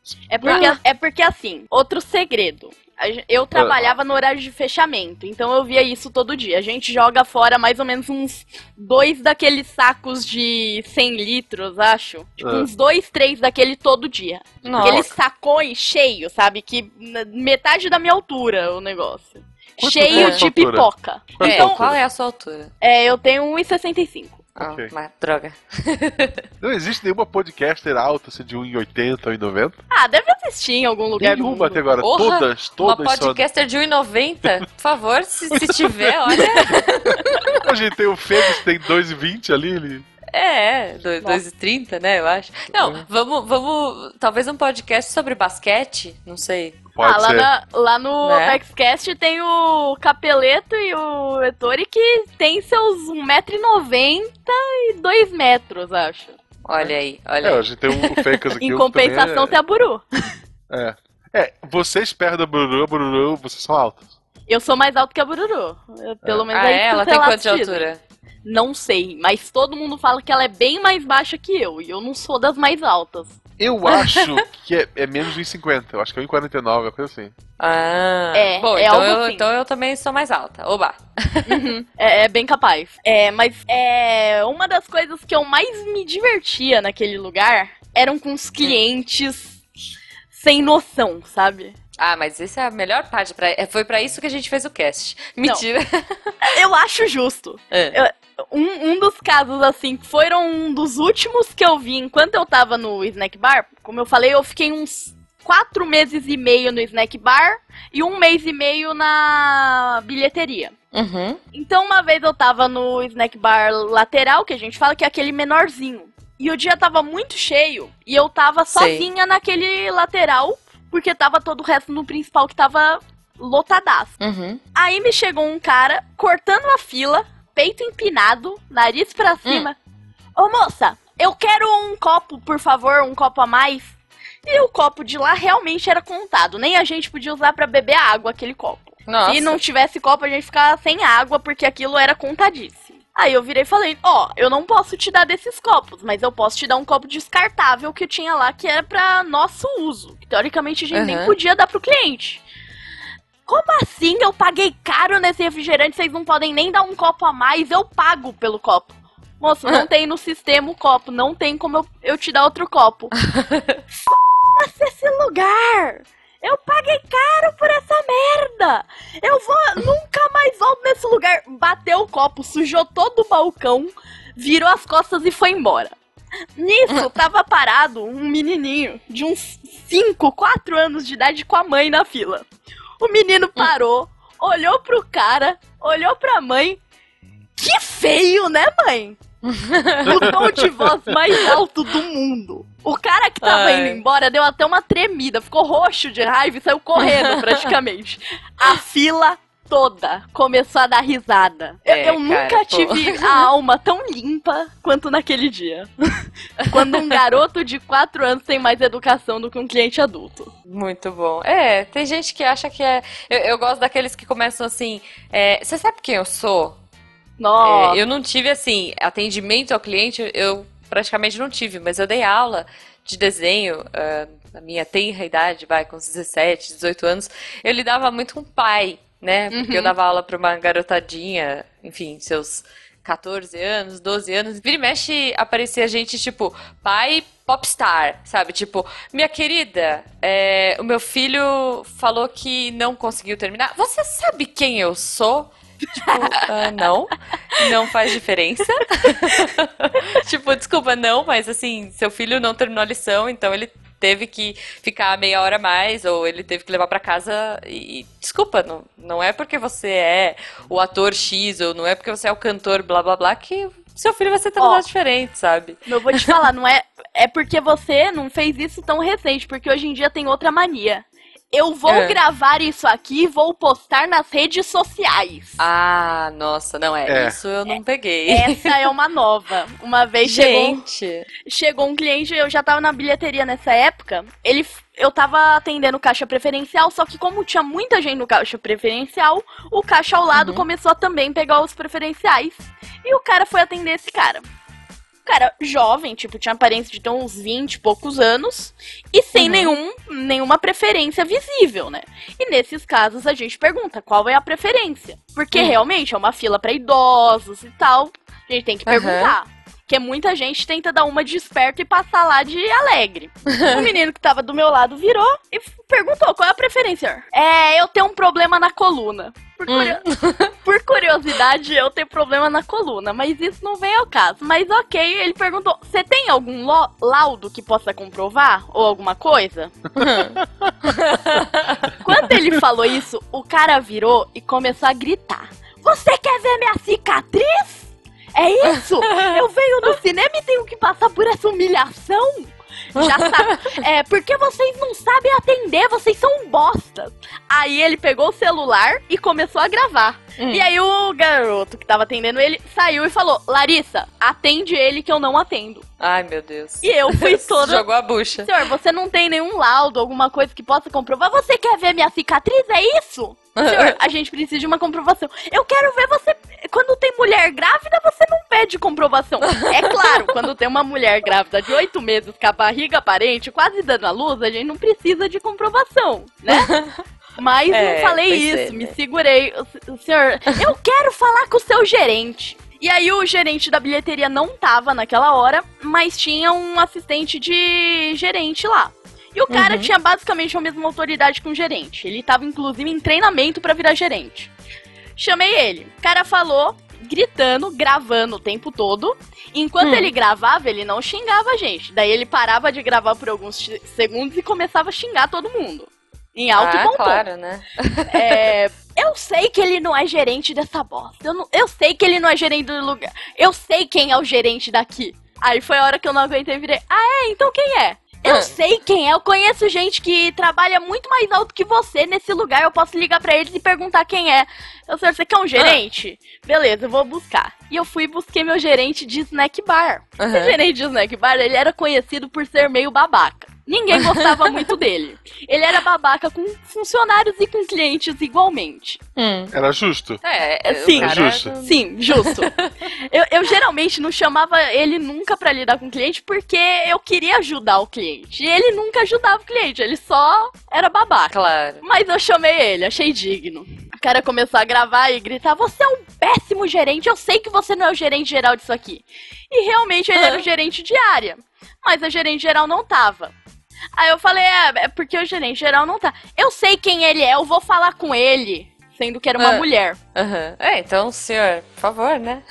Speaker 4: É porque assim, outro segredo. Eu trabalhava no horário de fechamento, então eu via isso todo dia. A gente joga fora mais ou menos uns 2 daqueles sacos de 100 litros, acho. Tipo, uns 2, 3 daquele todo dia.
Speaker 2: Nossa.
Speaker 4: Aqueles sacões cheios, sabe? Que metade da minha altura o negócio. Cheio de pipoca.
Speaker 2: Então, qual é a sua altura?
Speaker 4: Eu tenho 1,65.
Speaker 3: Okay.
Speaker 2: Mas, droga.
Speaker 3: Não existe nenhuma podcaster alta, assim, de 1,80 ou 1,90?
Speaker 4: Deve existir em algum lugar do mundo.
Speaker 3: Até agora.
Speaker 2: Porra,
Speaker 3: Todas
Speaker 2: uma podcaster de 1,90? Por favor, se tiver, olha.
Speaker 3: A gente tem o Fênix, tem 2,20 ali, ele...
Speaker 2: 2,30, né, eu acho. Não, vamos... Talvez um podcast sobre basquete, não sei.
Speaker 3: Pode ser.
Speaker 4: Lá no Apexcast tem o Capeleto e o Ettore que tem seus 1,90m e 2 metros, acho.
Speaker 2: Olha aí.
Speaker 3: A gente tem o Fencas aqui.
Speaker 4: Em compensação tem a Buru.
Speaker 3: Vocês perto da Bururu, vocês são altos.
Speaker 4: Eu sou mais alto que a Bururu. Pelo menos aí
Speaker 2: ela tem quanto de altura?
Speaker 4: Não sei, mas todo mundo fala que ela é bem mais baixa que eu. E eu não sou das mais altas.
Speaker 3: Eu acho que é menos de 1,50. Eu acho que é 1,49, coisa assim.
Speaker 2: Bom, então eu também sou mais alta. Oba!
Speaker 4: É bem capaz. Mas uma das coisas que eu mais me divertia naquele lugar eram com os clientes sem noção, sabe?
Speaker 2: Mas essa é a melhor parte. Foi pra isso que a gente fez o cast. Mentira.
Speaker 4: Não. Eu acho justo. Um dos casos, assim, foram um dos últimos que eu vi enquanto eu tava no Snack Bar. Como eu falei, eu fiquei uns 4 meses e meio no Snack Bar e 1 mês e meio na bilheteria. Então, uma vez eu tava no Snack Bar lateral, que a gente fala que é aquele menorzinho. E o dia tava muito cheio e eu tava sozinha naquele lateral, porque tava todo o resto no principal que tava lotadaço. Aí me chegou um cara cortando a fila, peito empinado, nariz pra cima. Ô moça, eu quero um copo, por favor, um copo a mais. E o copo de lá realmente era contado. Nem a gente podia usar pra beber água aquele copo.
Speaker 2: Nossa.
Speaker 4: Se não tivesse copo, a gente ficava sem água, porque aquilo era contadíssimo. Aí eu virei e falei, eu não posso te dar desses copos, mas eu posso te dar um copo descartável que eu tinha lá, que era pra nosso uso. Teoricamente a gente nem podia dar pro cliente. Como assim? Eu paguei caro nesse refrigerante, vocês não podem nem dar um copo a mais, eu pago pelo copo. Moço, não tem no sistema o copo, não tem como eu te dar outro copo. F***se esse lugar! Eu paguei caro por essa merda! Eu nunca mais volto nesse lugar. Bateu o copo, sujou todo o balcão, virou as costas e foi embora. Nisso, tava parado um menininho de uns 4 anos de idade com a mãe na fila. O menino parou, olhou pro cara, olhou pra mãe. Que feio, né, mãe? O tom de voz mais alto do mundo. O cara que tava indo embora deu até uma tremida, ficou roxo de raiva e saiu correndo praticamente. A fila toda começou a dar risada. Eu nunca tive a alma tão limpa quanto naquele dia. Quando um garoto de 4 anos tem mais educação do que um cliente adulto.
Speaker 2: Muito bom. Tem gente que acha que é... Eu gosto daqueles que começam assim... Você sabe quem eu sou?
Speaker 4: Nossa.
Speaker 2: Eu não tive, assim, atendimento ao cliente, eu praticamente não tive, mas eu dei aula de desenho na minha tenra idade, com uns 17, 18 anos. Eu lidava muito com pai, né? Porque eu dava aula pra uma garotadinha, enfim, seus 14 anos, 12 anos. Vira e mexe, aparecia gente, tipo, pai popstar, sabe? Tipo, minha querida, o meu filho falou que não conseguiu terminar. Você sabe quem eu sou? Tipo, não faz diferença. Tipo, desculpa, não, mas assim, seu filho não terminou a lição, então ele teve que ficar meia hora a mais, ou ele teve que levar pra casa e desculpa, não é porque você é o ator X, ou não é porque você é o cantor blá blá blá, que seu filho vai ser tratado diferente, sabe?
Speaker 4: Eu vou te falar, não é porque você não fez isso tão recente, porque hoje em dia tem outra mania. Eu vou gravar isso aqui e vou postar nas redes sociais.
Speaker 2: Ah, nossa, não isso eu não peguei.
Speaker 4: Essa é uma nova. Uma vez chegou um cliente, eu já tava na bilheteria nessa época, eu tava atendendo caixa preferencial, só que como tinha muita gente no caixa preferencial, o caixa ao lado começou a também pegar os preferenciais. E o cara foi atender esse cara. Cara jovem, tipo, tinha aparência de ter uns 20 e poucos anos e sem nenhuma preferência visível, né? E nesses casos a gente pergunta qual é a preferência. Porque realmente é uma fila pra idosos e tal. A gente tem que perguntar. Porque muita gente tenta dar uma de esperto e passar lá de alegre. O menino que tava do meu lado virou e perguntou qual é a preferência. Eu tenho um problema na coluna. Por curiosidade, eu tenho problema na coluna, mas isso não vem ao caso. Mas ok, ele perguntou, você tem algum laudo que possa comprovar? Ou alguma coisa? Quando ele falou isso, o cara virou e começou a gritar. Você quer ver minha cicatriz? É isso? Eu venho no cinema e tenho que passar por essa humilhação? Já sabe. Porque vocês não sabem atender, vocês são bosta. Aí ele pegou o celular e começou a gravar. E aí o garoto que tava atendendo ele saiu e falou, Larissa, atende ele que eu não atendo.
Speaker 2: Ai, meu Deus.
Speaker 4: E eu fui toda...
Speaker 2: Jogou a bucha.
Speaker 4: Senhor, você não tem nenhum laudo, alguma coisa que possa comprovar? Você quer ver minha cicatriz? É isso? Senhor, a gente precisa de uma comprovação. Eu quero ver você... Quando tem mulher grávida, você não pede comprovação. É claro, quando tem uma mulher grávida de 8 meses com a barriga aparente, quase dando à luz, a gente não precisa de comprovação, né? Mas não falei isso, me segurei. O senhor, eu quero falar com o seu gerente. E aí o gerente da bilheteria não tava naquela hora, mas tinha um assistente de gerente lá. E o cara tinha basicamente a mesma autoridade que um gerente. Ele tava inclusive em treinamento pra virar gerente. Chamei ele. O cara falou, gritando, gravando o tempo todo. Enquanto ele gravava, ele não xingava a gente. Daí ele parava de gravar por alguns segundos e começava a xingar todo mundo. Em alto e bom tom.
Speaker 2: Claro, né?
Speaker 4: Eu sei que ele não é gerente dessa bosta. Eu sei que ele não é gerente do lugar. Eu sei quem é o gerente daqui. Aí foi a hora que eu não aguentei e virei. Então quem é? Eu sei quem é. Eu conheço gente que trabalha muito mais alto que você nesse lugar. Eu posso ligar pra eles e perguntar quem é. Você quer um gerente? Beleza, eu vou buscar. E eu fui e busquei meu gerente de snack bar. O gerente de snack bar, ele era conhecido por ser meio babaca. Ninguém gostava muito dele. Ele era babaca com funcionários e com clientes igualmente.
Speaker 3: Era justo?
Speaker 4: Sim,
Speaker 3: justo.
Speaker 4: Sim, justo. Eu geralmente não chamava ele nunca pra lidar com o cliente porque eu queria ajudar o cliente. E ele nunca ajudava o cliente, ele só era babaca.
Speaker 2: Claro.
Speaker 4: Mas eu chamei ele, achei digno. O cara começou a gravar e gritar, você é um péssimo gerente, eu sei que você não é o gerente geral disso aqui. E realmente ele era o gerente de área, mas a gerente geral não tava. Aí eu falei, é porque o gerente geral não tá. Eu sei quem ele é, eu vou falar com ele. Sendo que era uma mulher.
Speaker 2: Então, senhor, por favor, né?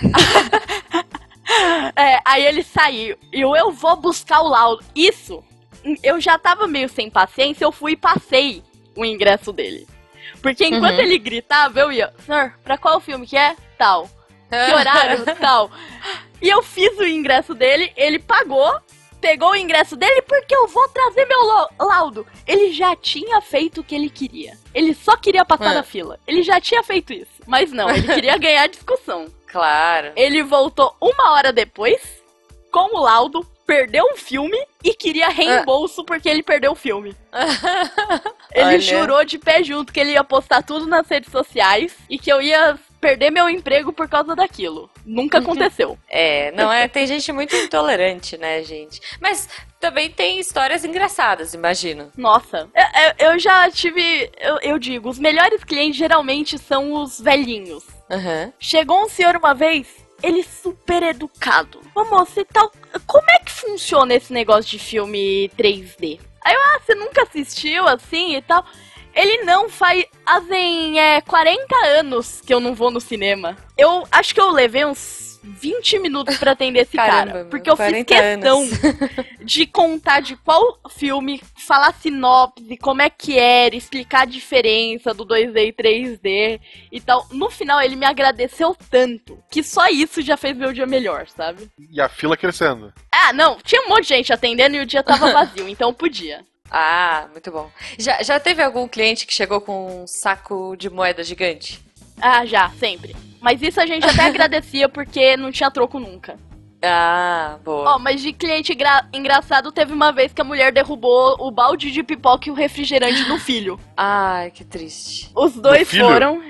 Speaker 4: Aí ele saiu. E eu vou buscar o laudo. Isso, eu já tava meio sem paciência, eu fui e passei o ingresso dele. Porque enquanto ele gritava, eu ia, senhor, pra qual filme que é? Tal. Que horário? Tal. E eu fiz o ingresso dele, ele pagou. Pegou o ingresso dele porque eu vou trazer meu laudo. Ele já tinha feito o que ele queria. Ele só queria passar na fila. Ele já tinha feito isso. Mas não, ele queria ganhar a discussão.
Speaker 2: Claro.
Speaker 4: Ele voltou 1 hora depois, com o laudo, perdeu um filme e queria reembolso porque ele perdeu o filme. Ele jurou de pé junto que ele ia postar tudo nas redes sociais e que eu ia perder meu emprego por causa daquilo. Nunca aconteceu.
Speaker 2: Tem gente muito intolerante, né, gente? Mas também tem histórias engraçadas, imagino.
Speaker 4: Nossa, eu já tive, eu digo, os melhores clientes geralmente são os velhinhos. Chegou um senhor uma vez, ele super educado. Ô moça, e tal, como é que funciona esse negócio de filme 3D? Aí eu, você nunca assistiu assim e tal? Ele não faz, fazem 40 anos que eu não vou no cinema. Eu acho que eu levei uns 20 minutos pra atender esse cara. Porque eu fiz questão de contar de qual filme, falar sinopse, como é que era, explicar a diferença do 2D e 3D e tal. No final, ele me agradeceu tanto que só isso já fez meu dia melhor, sabe?
Speaker 3: E a fila crescendo.
Speaker 4: Ah, não, tinha um monte de gente atendendo e o dia tava vazio, então podia.
Speaker 2: Ah, muito bom. Já teve algum cliente que chegou com um saco de moeda gigante?
Speaker 4: Ah, já, sempre. Mas isso a gente até agradecia porque não tinha troco nunca.
Speaker 2: Ah, boa.
Speaker 4: Mas de cliente engraçado, teve uma vez que a mulher derrubou o balde de pipoca e o refrigerante no filho.
Speaker 2: Ai, que triste.
Speaker 4: Os dois foram...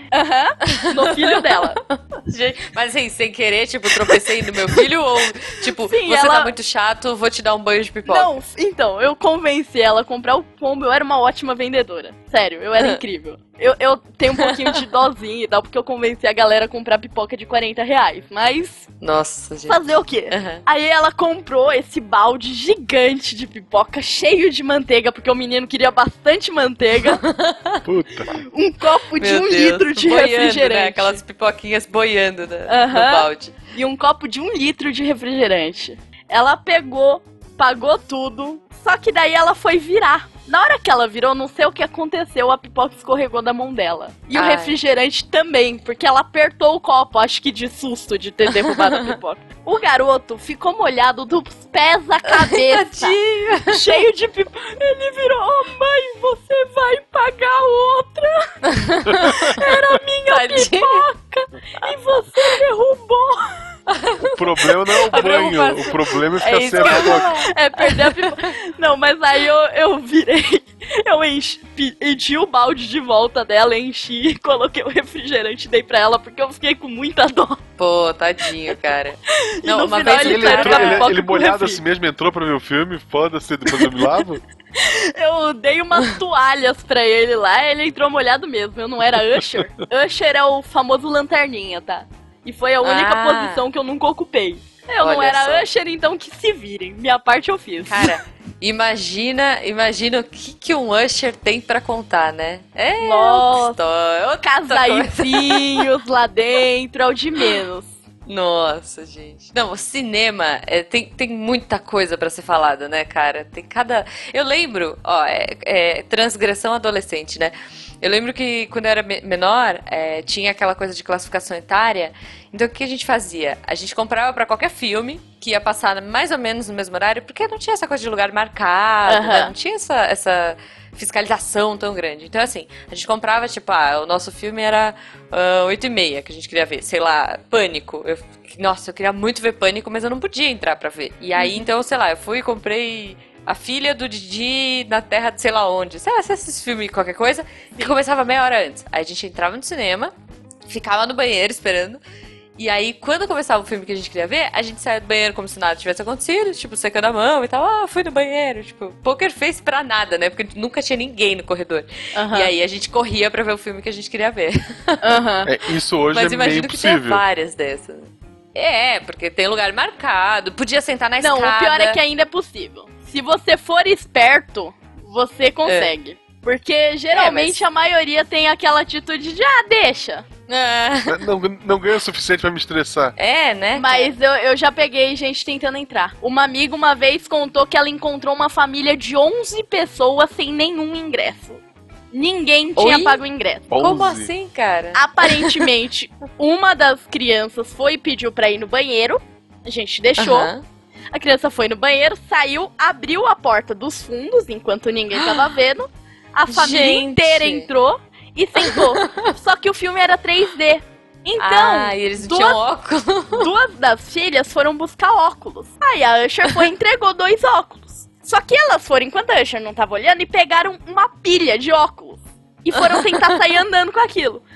Speaker 4: no filho dela.
Speaker 2: Mas assim, sem querer, tipo, tropecei no meu filho ou, tipo,
Speaker 4: sim,
Speaker 2: você tá muito chato, vou te dar um banho de pipoca?
Speaker 4: Não, então, eu convenci ela a comprar o pombo, eu era uma ótima vendedora. Sério, eu era incrível. Eu tenho um pouquinho de dozinha e tal, porque eu convenci a galera a comprar pipoca de R$40, mas...
Speaker 2: Nossa, gente.
Speaker 4: Fazer o quê? Aí ela comprou esse balde gigante de pipoca, cheio de manteiga, porque o menino queria bastante manteiga.
Speaker 3: Puta.
Speaker 4: Um copo de 1 litro de
Speaker 2: boiando,
Speaker 4: refrigerante.
Speaker 2: Né? Aquelas pipoquinhas boiando no balde.
Speaker 4: E um copo de 1 litro de refrigerante. Ela pegou, pagou tudo, só que daí ela foi virar. Na hora que ela virou, não sei o que aconteceu, a pipoca escorregou da mão dela. E o refrigerante também, porque ela apertou o copo, acho que de susto de ter derrubado a pipoca. O garoto ficou molhado dos pés à cabeça, cheio de pipoca. Ele virou, mãe, você vai pagar outra? Era minha pipoca e você derrubou.
Speaker 3: O problema não é o banho, o problema é ficar sem a pipoca.
Speaker 4: É perder a pipoca. Não, mas aí eu virei, eu enchi o balde de volta dela, enchi, coloquei o refrigerante e dei pra ela, porque eu fiquei com muita dó.
Speaker 2: Pô, tadinho, cara.
Speaker 4: E não, uma vez
Speaker 3: ele molhado assim mesmo entrou pra ver o filme, foda-se, depois eu me lavo.
Speaker 4: Eu dei umas toalhas pra ele lá, ele entrou molhado mesmo, eu não era Usher. Usher é o famoso lanterninha, tá? E foi a única posição que eu nunca ocupei. Eu não era Usher, então que se virem. Minha parte eu fiz.
Speaker 2: Cara, imagina o que um Usher tem pra contar, né?
Speaker 4: Nossa, casaizinhos lá dentro, é o de menos.
Speaker 2: Nossa, gente. Não, o cinema tem muita coisa pra ser falada, né, cara? Tem cada... Eu lembro, transgressão adolescente, né? Eu lembro que quando eu era menor, tinha aquela coisa de classificação etária. Então o que a gente fazia? A gente comprava pra qualquer filme que ia passar mais ou menos no mesmo horário, porque não tinha essa coisa de lugar marcado, né? Não tinha essa fiscalização tão grande. Então assim, a gente comprava, tipo, o nosso filme era 8h30 que a gente queria ver. Sei lá, Pânico. Nossa, eu queria muito ver Pânico, mas eu não podia entrar pra ver. E aí, então, sei lá, eu fui e comprei... A Filha do Didi na Terra de sei lá onde. Sei lá, esses filmes, qualquer coisa. E começava meia hora antes. Aí a gente entrava no cinema, ficava no banheiro esperando. E aí, quando começava o filme que a gente queria ver, a gente saía do banheiro como se nada tivesse acontecido. Tipo, secando a mão e tal. Fui no banheiro. Tipo, poker face pra nada, né? Porque nunca tinha ninguém no corredor. E aí a gente corria pra ver o filme que a gente queria ver.
Speaker 3: Isso hoje
Speaker 2: mas
Speaker 3: é meio impossível. Mas imagino
Speaker 2: que tenha várias dessas. Porque tem lugar marcado. Podia sentar na escada.
Speaker 4: Não, o pior é que ainda é possível. Se você for esperto, você consegue. Porque geralmente a maioria tem aquela atitude de, deixa.
Speaker 3: Não ganha o suficiente pra me estressar.
Speaker 2: Né?
Speaker 4: Mas eu já peguei gente tentando entrar. Uma amiga uma vez contou que ela encontrou uma família de 11 pessoas sem nenhum ingresso. Ninguém tinha pago o ingresso.
Speaker 3: 11?
Speaker 2: Como assim, cara?
Speaker 4: Aparentemente, uma das crianças foi e pediu pra ir no banheiro. A gente deixou. A criança foi no banheiro, saiu, abriu a porta dos fundos, enquanto ninguém tava vendo. A família inteira entrou e sentou. Só que o filme era 3D. Então,
Speaker 2: e eles não tinham óculos.
Speaker 4: 2 das filhas foram buscar óculos. Aí a Usher foi e entregou 2 óculos. Só que elas foram, enquanto a Usher não tava olhando, e pegaram uma pilha de óculos. E foram tentar sair andando com aquilo.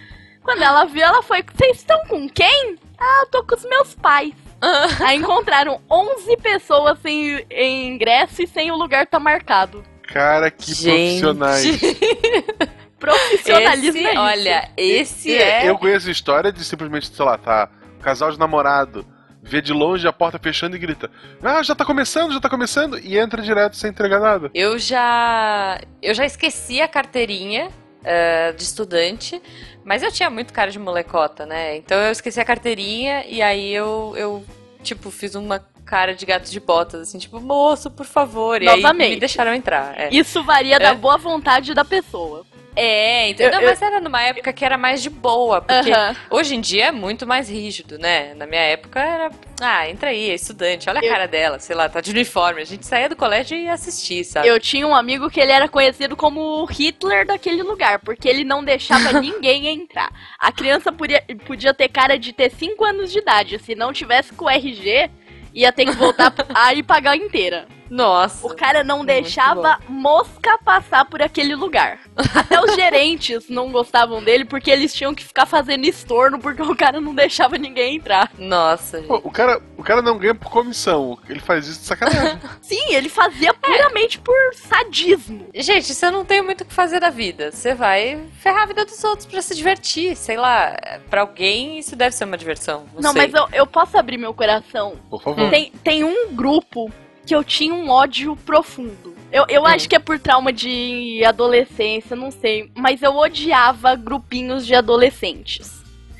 Speaker 4: Quando ela viu, ela foi, vocês estão com quem? Ah, eu tô com os meus pais. Aí encontraram 11 pessoas sem ingresso e sem o lugar tá marcado.
Speaker 3: Cara, que profissionais.
Speaker 4: Profissionalismo é isso.
Speaker 2: Olha, esse é...
Speaker 3: Eu conheço a história de simplesmente, sei lá, tá, casal de namorado, vê de longe a porta fechando e grita: ah, já tá começando, e entra direto sem entregar nada.
Speaker 2: Eu já esqueci a carteirinha de estudante, mas eu tinha muito cara de molecota, né? Então eu esqueci a carteirinha e aí eu tipo, fiz uma cara de gato de botas, assim, tipo, moço, por favor. E
Speaker 4: novamente,
Speaker 2: aí me deixaram entrar.
Speaker 4: Isso varia da boa vontade da pessoa.
Speaker 2: Entendeu? Mas era numa época que era mais de boa, porque hoje em dia é muito mais rígido, né? Na minha época era, entra aí, é estudante, olha a cara dela, sei lá, tá de uniforme. A gente saía do colégio e ia assistir, sabe?
Speaker 4: Eu tinha um amigo que ele era conhecido como o Hitler daquele lugar, porque ele não deixava ninguém entrar. A criança podia ter cara de ter 5 anos de idade, se não tivesse com o RG, ia ter que voltar e pagar inteira.
Speaker 2: Nossa.
Speaker 4: O cara não deixava mosca passar por aquele lugar. Até os gerentes não gostavam dele porque eles tinham que ficar fazendo estorno porque o cara não deixava ninguém entrar.
Speaker 2: Nossa, gente.
Speaker 3: Pô, o cara não ganha por comissão, ele faz isso de sacanagem.
Speaker 4: Sim, ele fazia puramente por sadismo.
Speaker 2: Gente, você não tem muito o que fazer da vida. Você vai ferrar a vida dos outros pra se divertir, sei lá. Pra alguém isso deve ser uma diversão. Não sei.
Speaker 4: Mas eu posso abrir meu coração?
Speaker 3: Por favor.
Speaker 4: Tem um grupo que eu tinha um ódio profundo. Eu acho que é por trauma de adolescência, não sei. Mas eu odiava grupinhos de adolescentes.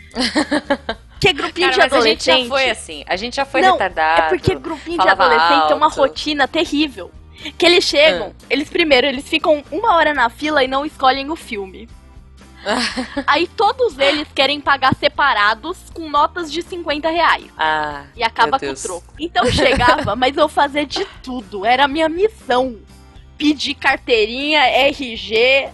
Speaker 4: Que grupinho de adolescente...
Speaker 2: a gente já foi assim. A gente já foi retardado.
Speaker 4: É porque grupinho de adolescente tem uma rotina terrível. Que eles chegam, eles ficam 1 hora na fila e não escolhem o filme. Aí todos eles querem pagar separados com notas de R$50. E acaba com o troco. Então chegava, mas eu fazia de tudo. Era a minha missão. Pedir carteirinha, RG.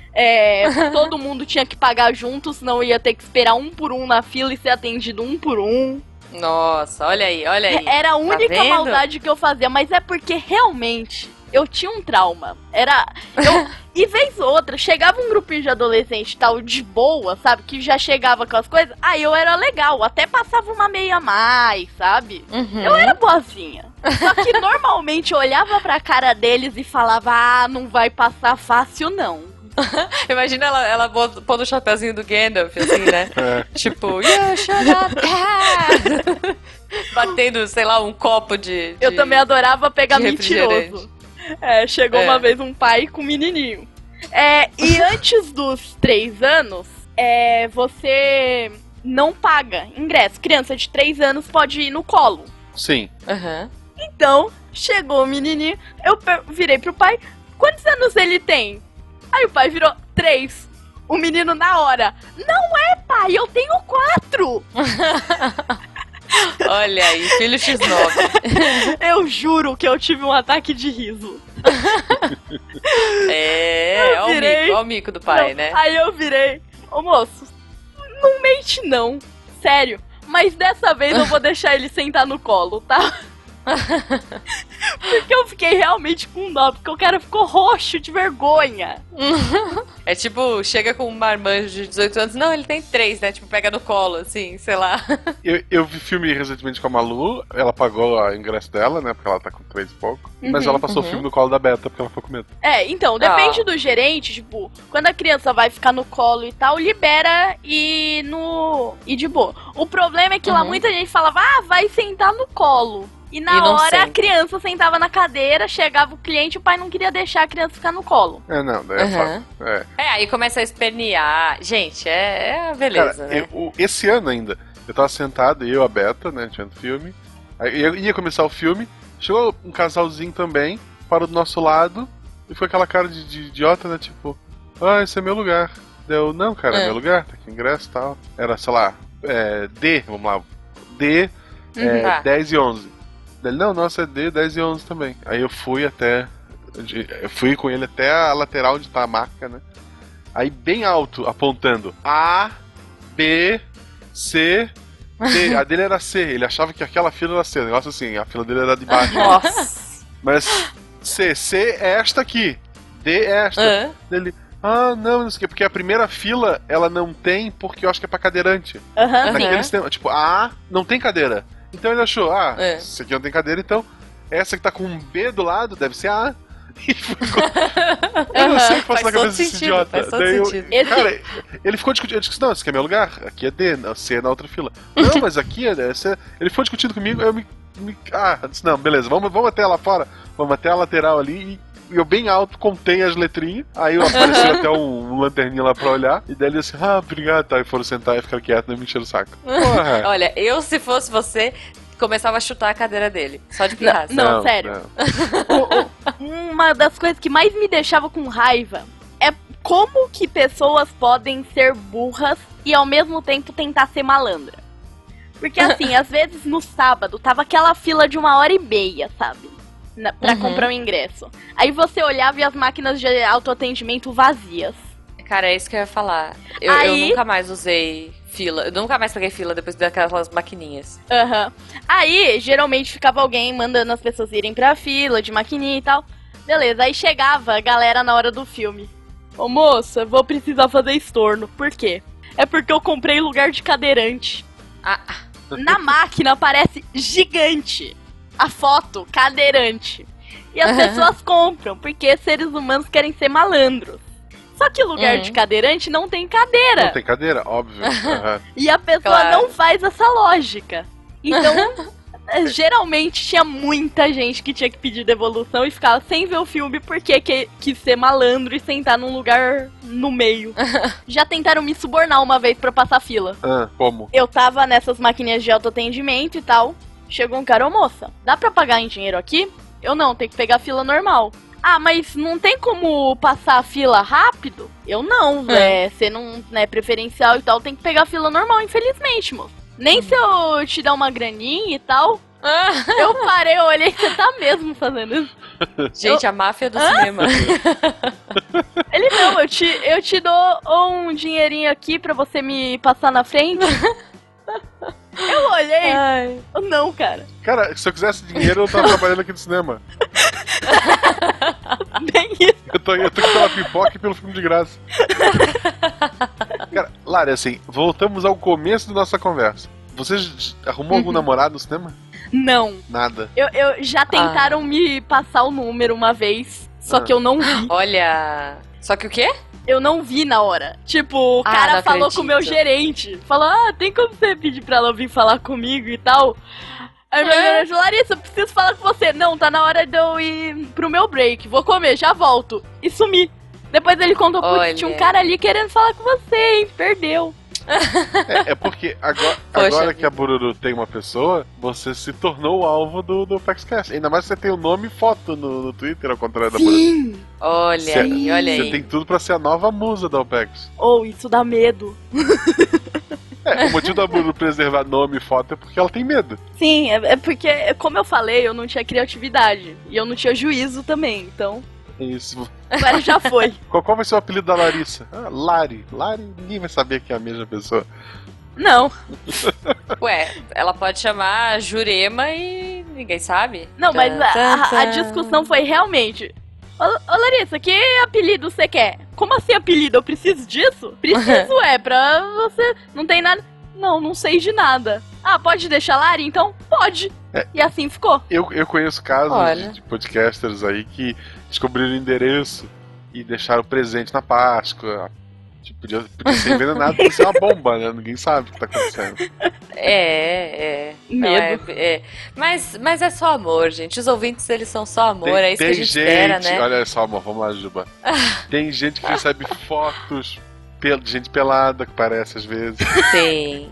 Speaker 4: Todo mundo tinha que pagar junto, senão ia ter que esperar 1 por 1 na fila e ser atendido 1 por 1.
Speaker 2: Nossa, olha aí.
Speaker 4: Era a única maldade que eu fazia, mas é porque realmente eu tinha um trauma. E vez ou outra, chegava um grupinho de adolescente tal, de boa, sabe? Que já chegava com as coisas. Aí eu era legal, até passava uma meia a mais, sabe? Eu era boazinha. Só que normalmente eu olhava pra cara deles e falava: não vai passar fácil não.
Speaker 2: Imagina ela pondo o chapeuzinho do Gandalf, assim, né? Tipo, you shut up, batendo, sei lá, um copo de
Speaker 4: Eu também adorava pegar mentiroso. Chegou uma vez um pai com um menininho. E antes dos 3 anos, você não paga ingresso. Criança de 3 anos pode ir no colo.
Speaker 3: Sim.
Speaker 4: Então, chegou o menininho, eu virei pro pai: quantos anos ele tem? Aí o pai virou: 3. O menino na hora: não é, pai, eu tenho 4.
Speaker 2: Olha aí, filho X9.
Speaker 4: Eu juro que eu tive um ataque de riso.
Speaker 2: Olha o mico do pai, né?
Speaker 4: Aí eu virei: ô moço, não mente não, sério. Mas dessa vez eu vou deixar ele sentar no colo, tá? Porque eu fiquei realmente com dó, porque o cara ficou roxo de vergonha.
Speaker 2: É tipo, chega com um marmanjo de 18 anos. Não, ele tem 3, né? Tipo, pega no colo, assim, sei lá.
Speaker 3: Eu vi filme recentemente com a Malu. Ela pagou o ingresso dela, né? Porque ela tá com 3 e pouco. Mas ela passou o filme no colo da Beta, porque ela ficou com medo.
Speaker 4: Então, depende do gerente. Tipo, quando a criança vai ficar no colo e tal, libera e de boa. O problema é que lá muita gente falava: vai sentar no colo. E na hora a criança sentava na cadeira, chegava o cliente e o pai não queria deixar a criança ficar no colo.
Speaker 3: Não, daí é fácil.
Speaker 2: Aí começa a espernear. Gente, é beleza,
Speaker 3: cara,
Speaker 2: né?
Speaker 3: Esse ano ainda, eu tava sentado, eu e a Beta, né, tinha filme. Aí eu ia começar o filme, chegou um casalzinho também, parou do nosso lado, e foi aquela cara de idiota, né, tipo: esse é meu lugar. Deu: não, cara, é meu lugar, tá aqui o ingresso e tal. Era, sei lá, D, vamos lá, D, 10 e 11. Ele: não, nossa, é D, 10 e 11 também. Aí eu fui com ele até a lateral onde tá a maca, né? Aí bem alto, apontando: A, B, C, D. A dele era C, ele achava que aquela fila era C. O negócio assim, a fila dele era de baixo.
Speaker 2: Nossa.
Speaker 3: Mas C é esta aqui, D é esta. Ele: Ah, não sei o que, porque a primeira fila, ela não tem, porque eu acho que é pra cadeirante. Naquele sistema, tipo, A não tem cadeira. Então ele achou, esse aqui não tem cadeira, então essa que tá com um B do lado deve ser a A. Eu não sei o que passa na cabeça desse idiota. Daí cara, ele ficou discutindo. Eu disse, não, esse aqui é meu lugar, aqui é D, C é na outra fila. Não, mas aqui é C. Ele ficou discutindo comigo, eu disse, não, beleza, vamos até lá fora, vamos até a lateral ali. E eu bem alto contei as letrinhas. Aí apareceu até um lanterninha lá pra olhar. E daí ele disse, obrigado. Tá, e foram sentar e ficaram quietos, nem me encheram o saco. Porra.
Speaker 2: Olha, eu se fosse você, começava a chutar a cadeira dele. Só de pirraça.
Speaker 4: Não, sério. Uma das coisas que mais me deixava com raiva é como que pessoas podem ser burras e ao mesmo tempo tentar ser malandra. Porque assim, às vezes no sábado tava aquela fila de 1h30, sabe? Pra comprar um ingresso. Aí você olhava e as máquinas de autoatendimento vazias.
Speaker 2: Cara, é isso que eu ia falar. Eu nunca mais usei fila. Eu nunca mais peguei fila depois daquelas maquininhas.
Speaker 4: Aí, geralmente, ficava alguém mandando as pessoas irem pra fila de maquininha e tal. Beleza, aí chegava a galera na hora do filme. Ô moça, vou precisar fazer estorno. Por quê? É porque eu comprei lugar de cadeirante. Na máquina aparece gigante a foto, cadeirante. E as pessoas compram, porque seres humanos querem ser malandros. Só que lugar de cadeirante não tem cadeira.
Speaker 3: Não tem cadeira, óbvio.
Speaker 4: E a pessoa não faz essa lógica. Então, geralmente tinha muita gente que tinha que pedir devolução e ficava sem ver o filme porque quis ser malandro e sentar num lugar no meio. Já tentaram me subornar uma vez pra passar fila.
Speaker 3: Como?
Speaker 4: Eu tava nessas maquininhas de autoatendimento e tal. Chegou um cara, ô moça, dá pra pagar em dinheiro aqui? Eu não, tem que pegar a fila normal. Mas não tem como passar a fila rápido? Eu não, você não é preferencial e tal, tem que pegar a fila normal, infelizmente, moço. Nem se eu te dar uma graninha e tal. Eu parei, eu olhei, você tá mesmo fazendo isso?
Speaker 2: Gente, a máfia do cinema.
Speaker 4: Ele, não, eu te dou um dinheirinho aqui pra você me passar na frente. Eu olhei. Não, cara.
Speaker 3: Cara, se eu quisesse dinheiro, eu tava trabalhando aqui no cinema.
Speaker 4: Bem isso.
Speaker 3: Eu tô aqui pela pipoca e pelo filme de graça. Cara, Lari, assim, voltamos ao começo da nossa conversa. Você arrumou algum namorado no cinema?
Speaker 4: Não.
Speaker 3: Nada.
Speaker 4: Eu já tentaram me passar o número uma vez, só que eu não vi.
Speaker 2: Olha... Só que o quê?
Speaker 4: Eu não vi na hora. Tipo, o cara falou com o meu gerente. Falou, tem como você pedir pra ela vir falar comigo e tal? Aí meu gerente falou, Larissa, eu preciso falar com você. Não, tá na hora de eu ir pro meu break. Vou comer, já volto. E sumi. Depois ele contou, putz, tinha um cara ali querendo falar com você, hein? Perdeu.
Speaker 3: É porque agora que a Bururu tem uma pessoa, você se tornou o alvo do PaxCast. Ainda mais que você tem o nome e foto no Twitter, ao contrário da Bururu.
Speaker 2: Olha aí.
Speaker 3: Você tem tudo pra ser a nova musa da OPEX.
Speaker 4: Isso dá medo.
Speaker 3: O motivo da Bururu preservar nome e foto é porque ela tem medo.
Speaker 4: Sim, é porque, como eu falei, eu não tinha criatividade. E eu não tinha juízo também, então...
Speaker 3: Isso.
Speaker 4: Agora já foi.
Speaker 3: Qual vai ser o apelido da Larissa? Lari. Lari, ninguém vai saber que é a mesma pessoa.
Speaker 4: Não.
Speaker 2: Ué, ela pode chamar Jurema e ninguém sabe.
Speaker 4: Não, mas a discussão foi realmente... Ô Larissa, que apelido você quer? Como assim apelido? Eu preciso disso? Preciso, pra você... Não tem nada... Não sei de nada. Pode deixar Lari? Então, pode. E assim ficou.
Speaker 3: Eu conheço casos de podcasters aí que descobriram o endereço e deixaram presente na Páscoa. Tipo, podia ser envenenado, podia ser uma bomba, né? Ninguém sabe o que tá acontecendo.
Speaker 2: Medo. Mas é só amor, gente. Os ouvintes, eles são só amor. É isso que a gente espera, né?
Speaker 3: Olha só, amor, vamos lá, Juba. Tem gente que recebe fotos de gente pelada, que parece às vezes.
Speaker 2: Tem.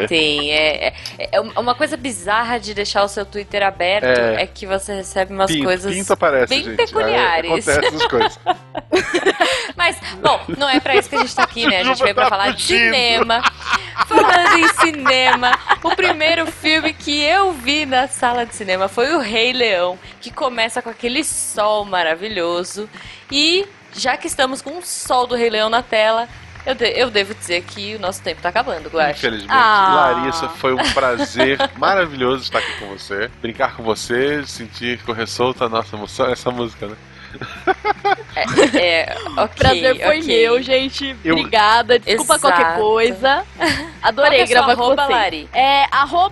Speaker 2: Uma coisa bizarra de deixar o seu Twitter aberto é que você recebe umas coisas
Speaker 3: aparece,
Speaker 2: bem
Speaker 3: gente.
Speaker 2: peculiares.
Speaker 3: Acontece essas coisas.
Speaker 2: Mas, bom, não é pra isso que a gente tá aqui, né? A gente veio pra falar de cinema. Falando em cinema, o primeiro filme que eu vi na sala de cinema foi o Rei Leão, que começa com aquele sol maravilhoso. E, já que estamos com o sol do Rei Leão na tela, eu devo dizer que o nosso tempo tá acabando, Guaxa.
Speaker 3: Infelizmente. Larissa, foi um prazer maravilhoso estar aqui com você. Brincar com você, sentir correr solta a nossa emoção. Essa música, né?
Speaker 4: O prazer foi meu, gente. Obrigada. Desculpa qualquer coisa. Adorei gravar com você.
Speaker 2: Lari?
Speaker 4: É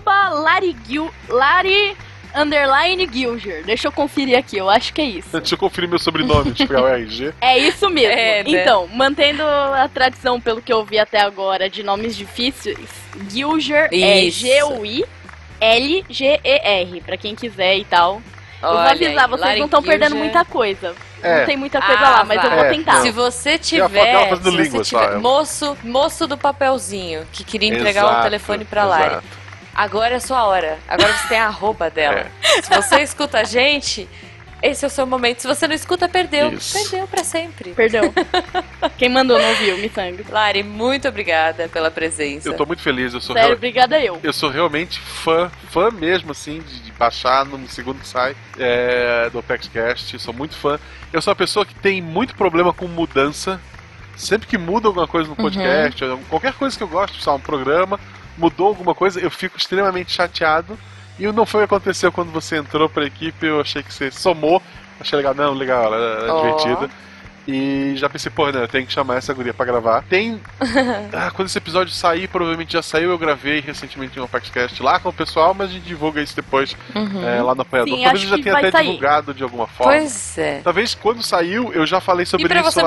Speaker 4: @Lari_Gilger. Deixa eu conferir aqui, eu acho que é isso.
Speaker 3: Deixa eu conferir meu sobrenome, deixa eu pegar o RG.
Speaker 4: É isso mesmo.
Speaker 2: Né?
Speaker 4: Então, mantendo a tradição, pelo que eu vi até agora, de nomes difíceis, Gilger é G-U-I-L-G-E-R, pra quem quiser e tal. Eu vou avisar, vocês
Speaker 2: Lari
Speaker 4: não estão
Speaker 2: Gilger.
Speaker 4: perdendo muita coisa. Não tem muita coisa lá, mas eu vou tentar.
Speaker 2: Se você tiver, moço do papelzinho, que queria entregar o telefone pra Lari. Agora é sua hora. Agora você tem a arroba dela. Se você escuta a gente, esse é o seu momento. Se você não escuta, perdeu. Isso. Perdeu pra sempre.
Speaker 4: Perdeu. Quem mandou não ouviu, miçanga.
Speaker 2: Lari, muito obrigada pela presença.
Speaker 3: Eu tô muito feliz.
Speaker 4: Sério, obrigada eu.
Speaker 3: Eu sou realmente fã mesmo, assim, de baixar no segundo que sai do ApexCast. Sou muito fã. Eu sou uma pessoa que tem muito problema com mudança. Sempre que muda alguma coisa no podcast, qualquer coisa que eu gosto, um programa, mudou alguma coisa, eu fico extremamente chateado. E não foi o que aconteceu quando você entrou pra equipe. Eu achei que você somou. Achei legal, legal, era divertida. E já pensei, eu tenho que chamar essa guria pra gravar. Quando esse episódio sair, provavelmente já saiu, eu gravei recentemente um ApexCast lá com o pessoal, mas a gente divulga isso depois lá no Apanhador. Talvez eu já tenha até divulgado de alguma forma.
Speaker 2: Pois é.
Speaker 3: Talvez quando saiu, eu já falei sobre isso lá atrás.
Speaker 2: E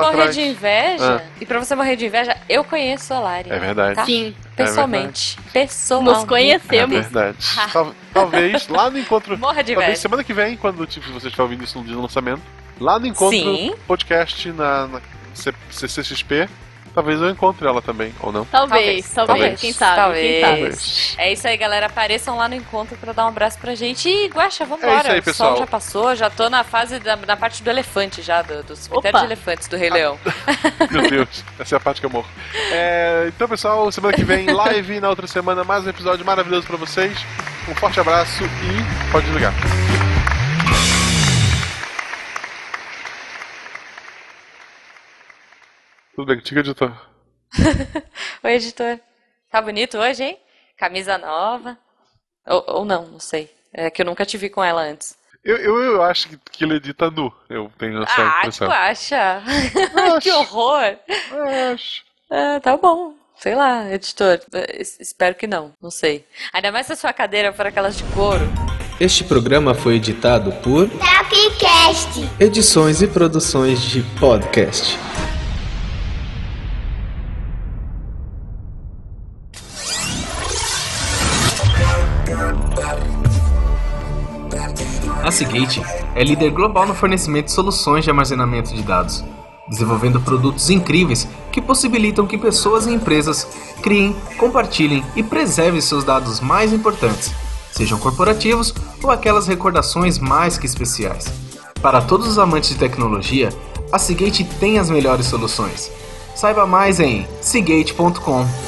Speaker 2: pra você morrer de inveja, eu conheço a Lari.
Speaker 3: É verdade.
Speaker 2: Tá?
Speaker 4: Sim.
Speaker 2: Pessoalmente.
Speaker 4: Nos conhecemos.
Speaker 3: É verdade. Talvez lá no encontro.
Speaker 2: Morra de
Speaker 3: talvez
Speaker 2: inveja.
Speaker 3: semana que vem, quando você estiver ouvindo isso no dia do lançamento. Lá no encontro podcast na CCXP, talvez eu encontre ela também, ou não?
Speaker 4: Talvez. Quem sabe.
Speaker 2: É isso aí, galera. Apareçam lá no encontro pra dar um abraço pra gente. E, Guaxa, vambora.
Speaker 3: É isso aí, pessoal.
Speaker 2: O sol já passou, já tô na fase na parte do elefante já, do cemitério de elefantes do Rei Leão.
Speaker 3: Meu Deus, essa é a parte que eu morro. Então, pessoal, semana que vem, live, na outra semana, mais um episódio maravilhoso pra vocês. Um forte abraço e pode desligar. Tudo bem, contigo, editor?
Speaker 2: Oi, editor. Tá bonito hoje, hein? Camisa nova. Ou não sei. É que eu nunca te vi com ela antes.
Speaker 3: Eu acho que ele edita nu. Eu tenho essa impressão.
Speaker 2: Tu acha? Que horror.
Speaker 3: Eu acho.
Speaker 2: Tá bom. Sei lá, editor. Espero que não. Não sei. Ainda mais se a sua cadeira for aquelas de couro.
Speaker 1: Este programa foi editado por
Speaker 5: ApexCast.
Speaker 1: Edições e produções de podcast. A Seagate é líder global no fornecimento de soluções de armazenamento de dados, desenvolvendo produtos incríveis que possibilitam que pessoas e empresas criem, compartilhem e preservem seus dados mais importantes, sejam corporativos ou aquelas recordações mais que especiais. Para todos os amantes de tecnologia, a Seagate tem as melhores soluções. Saiba mais em seagate.com.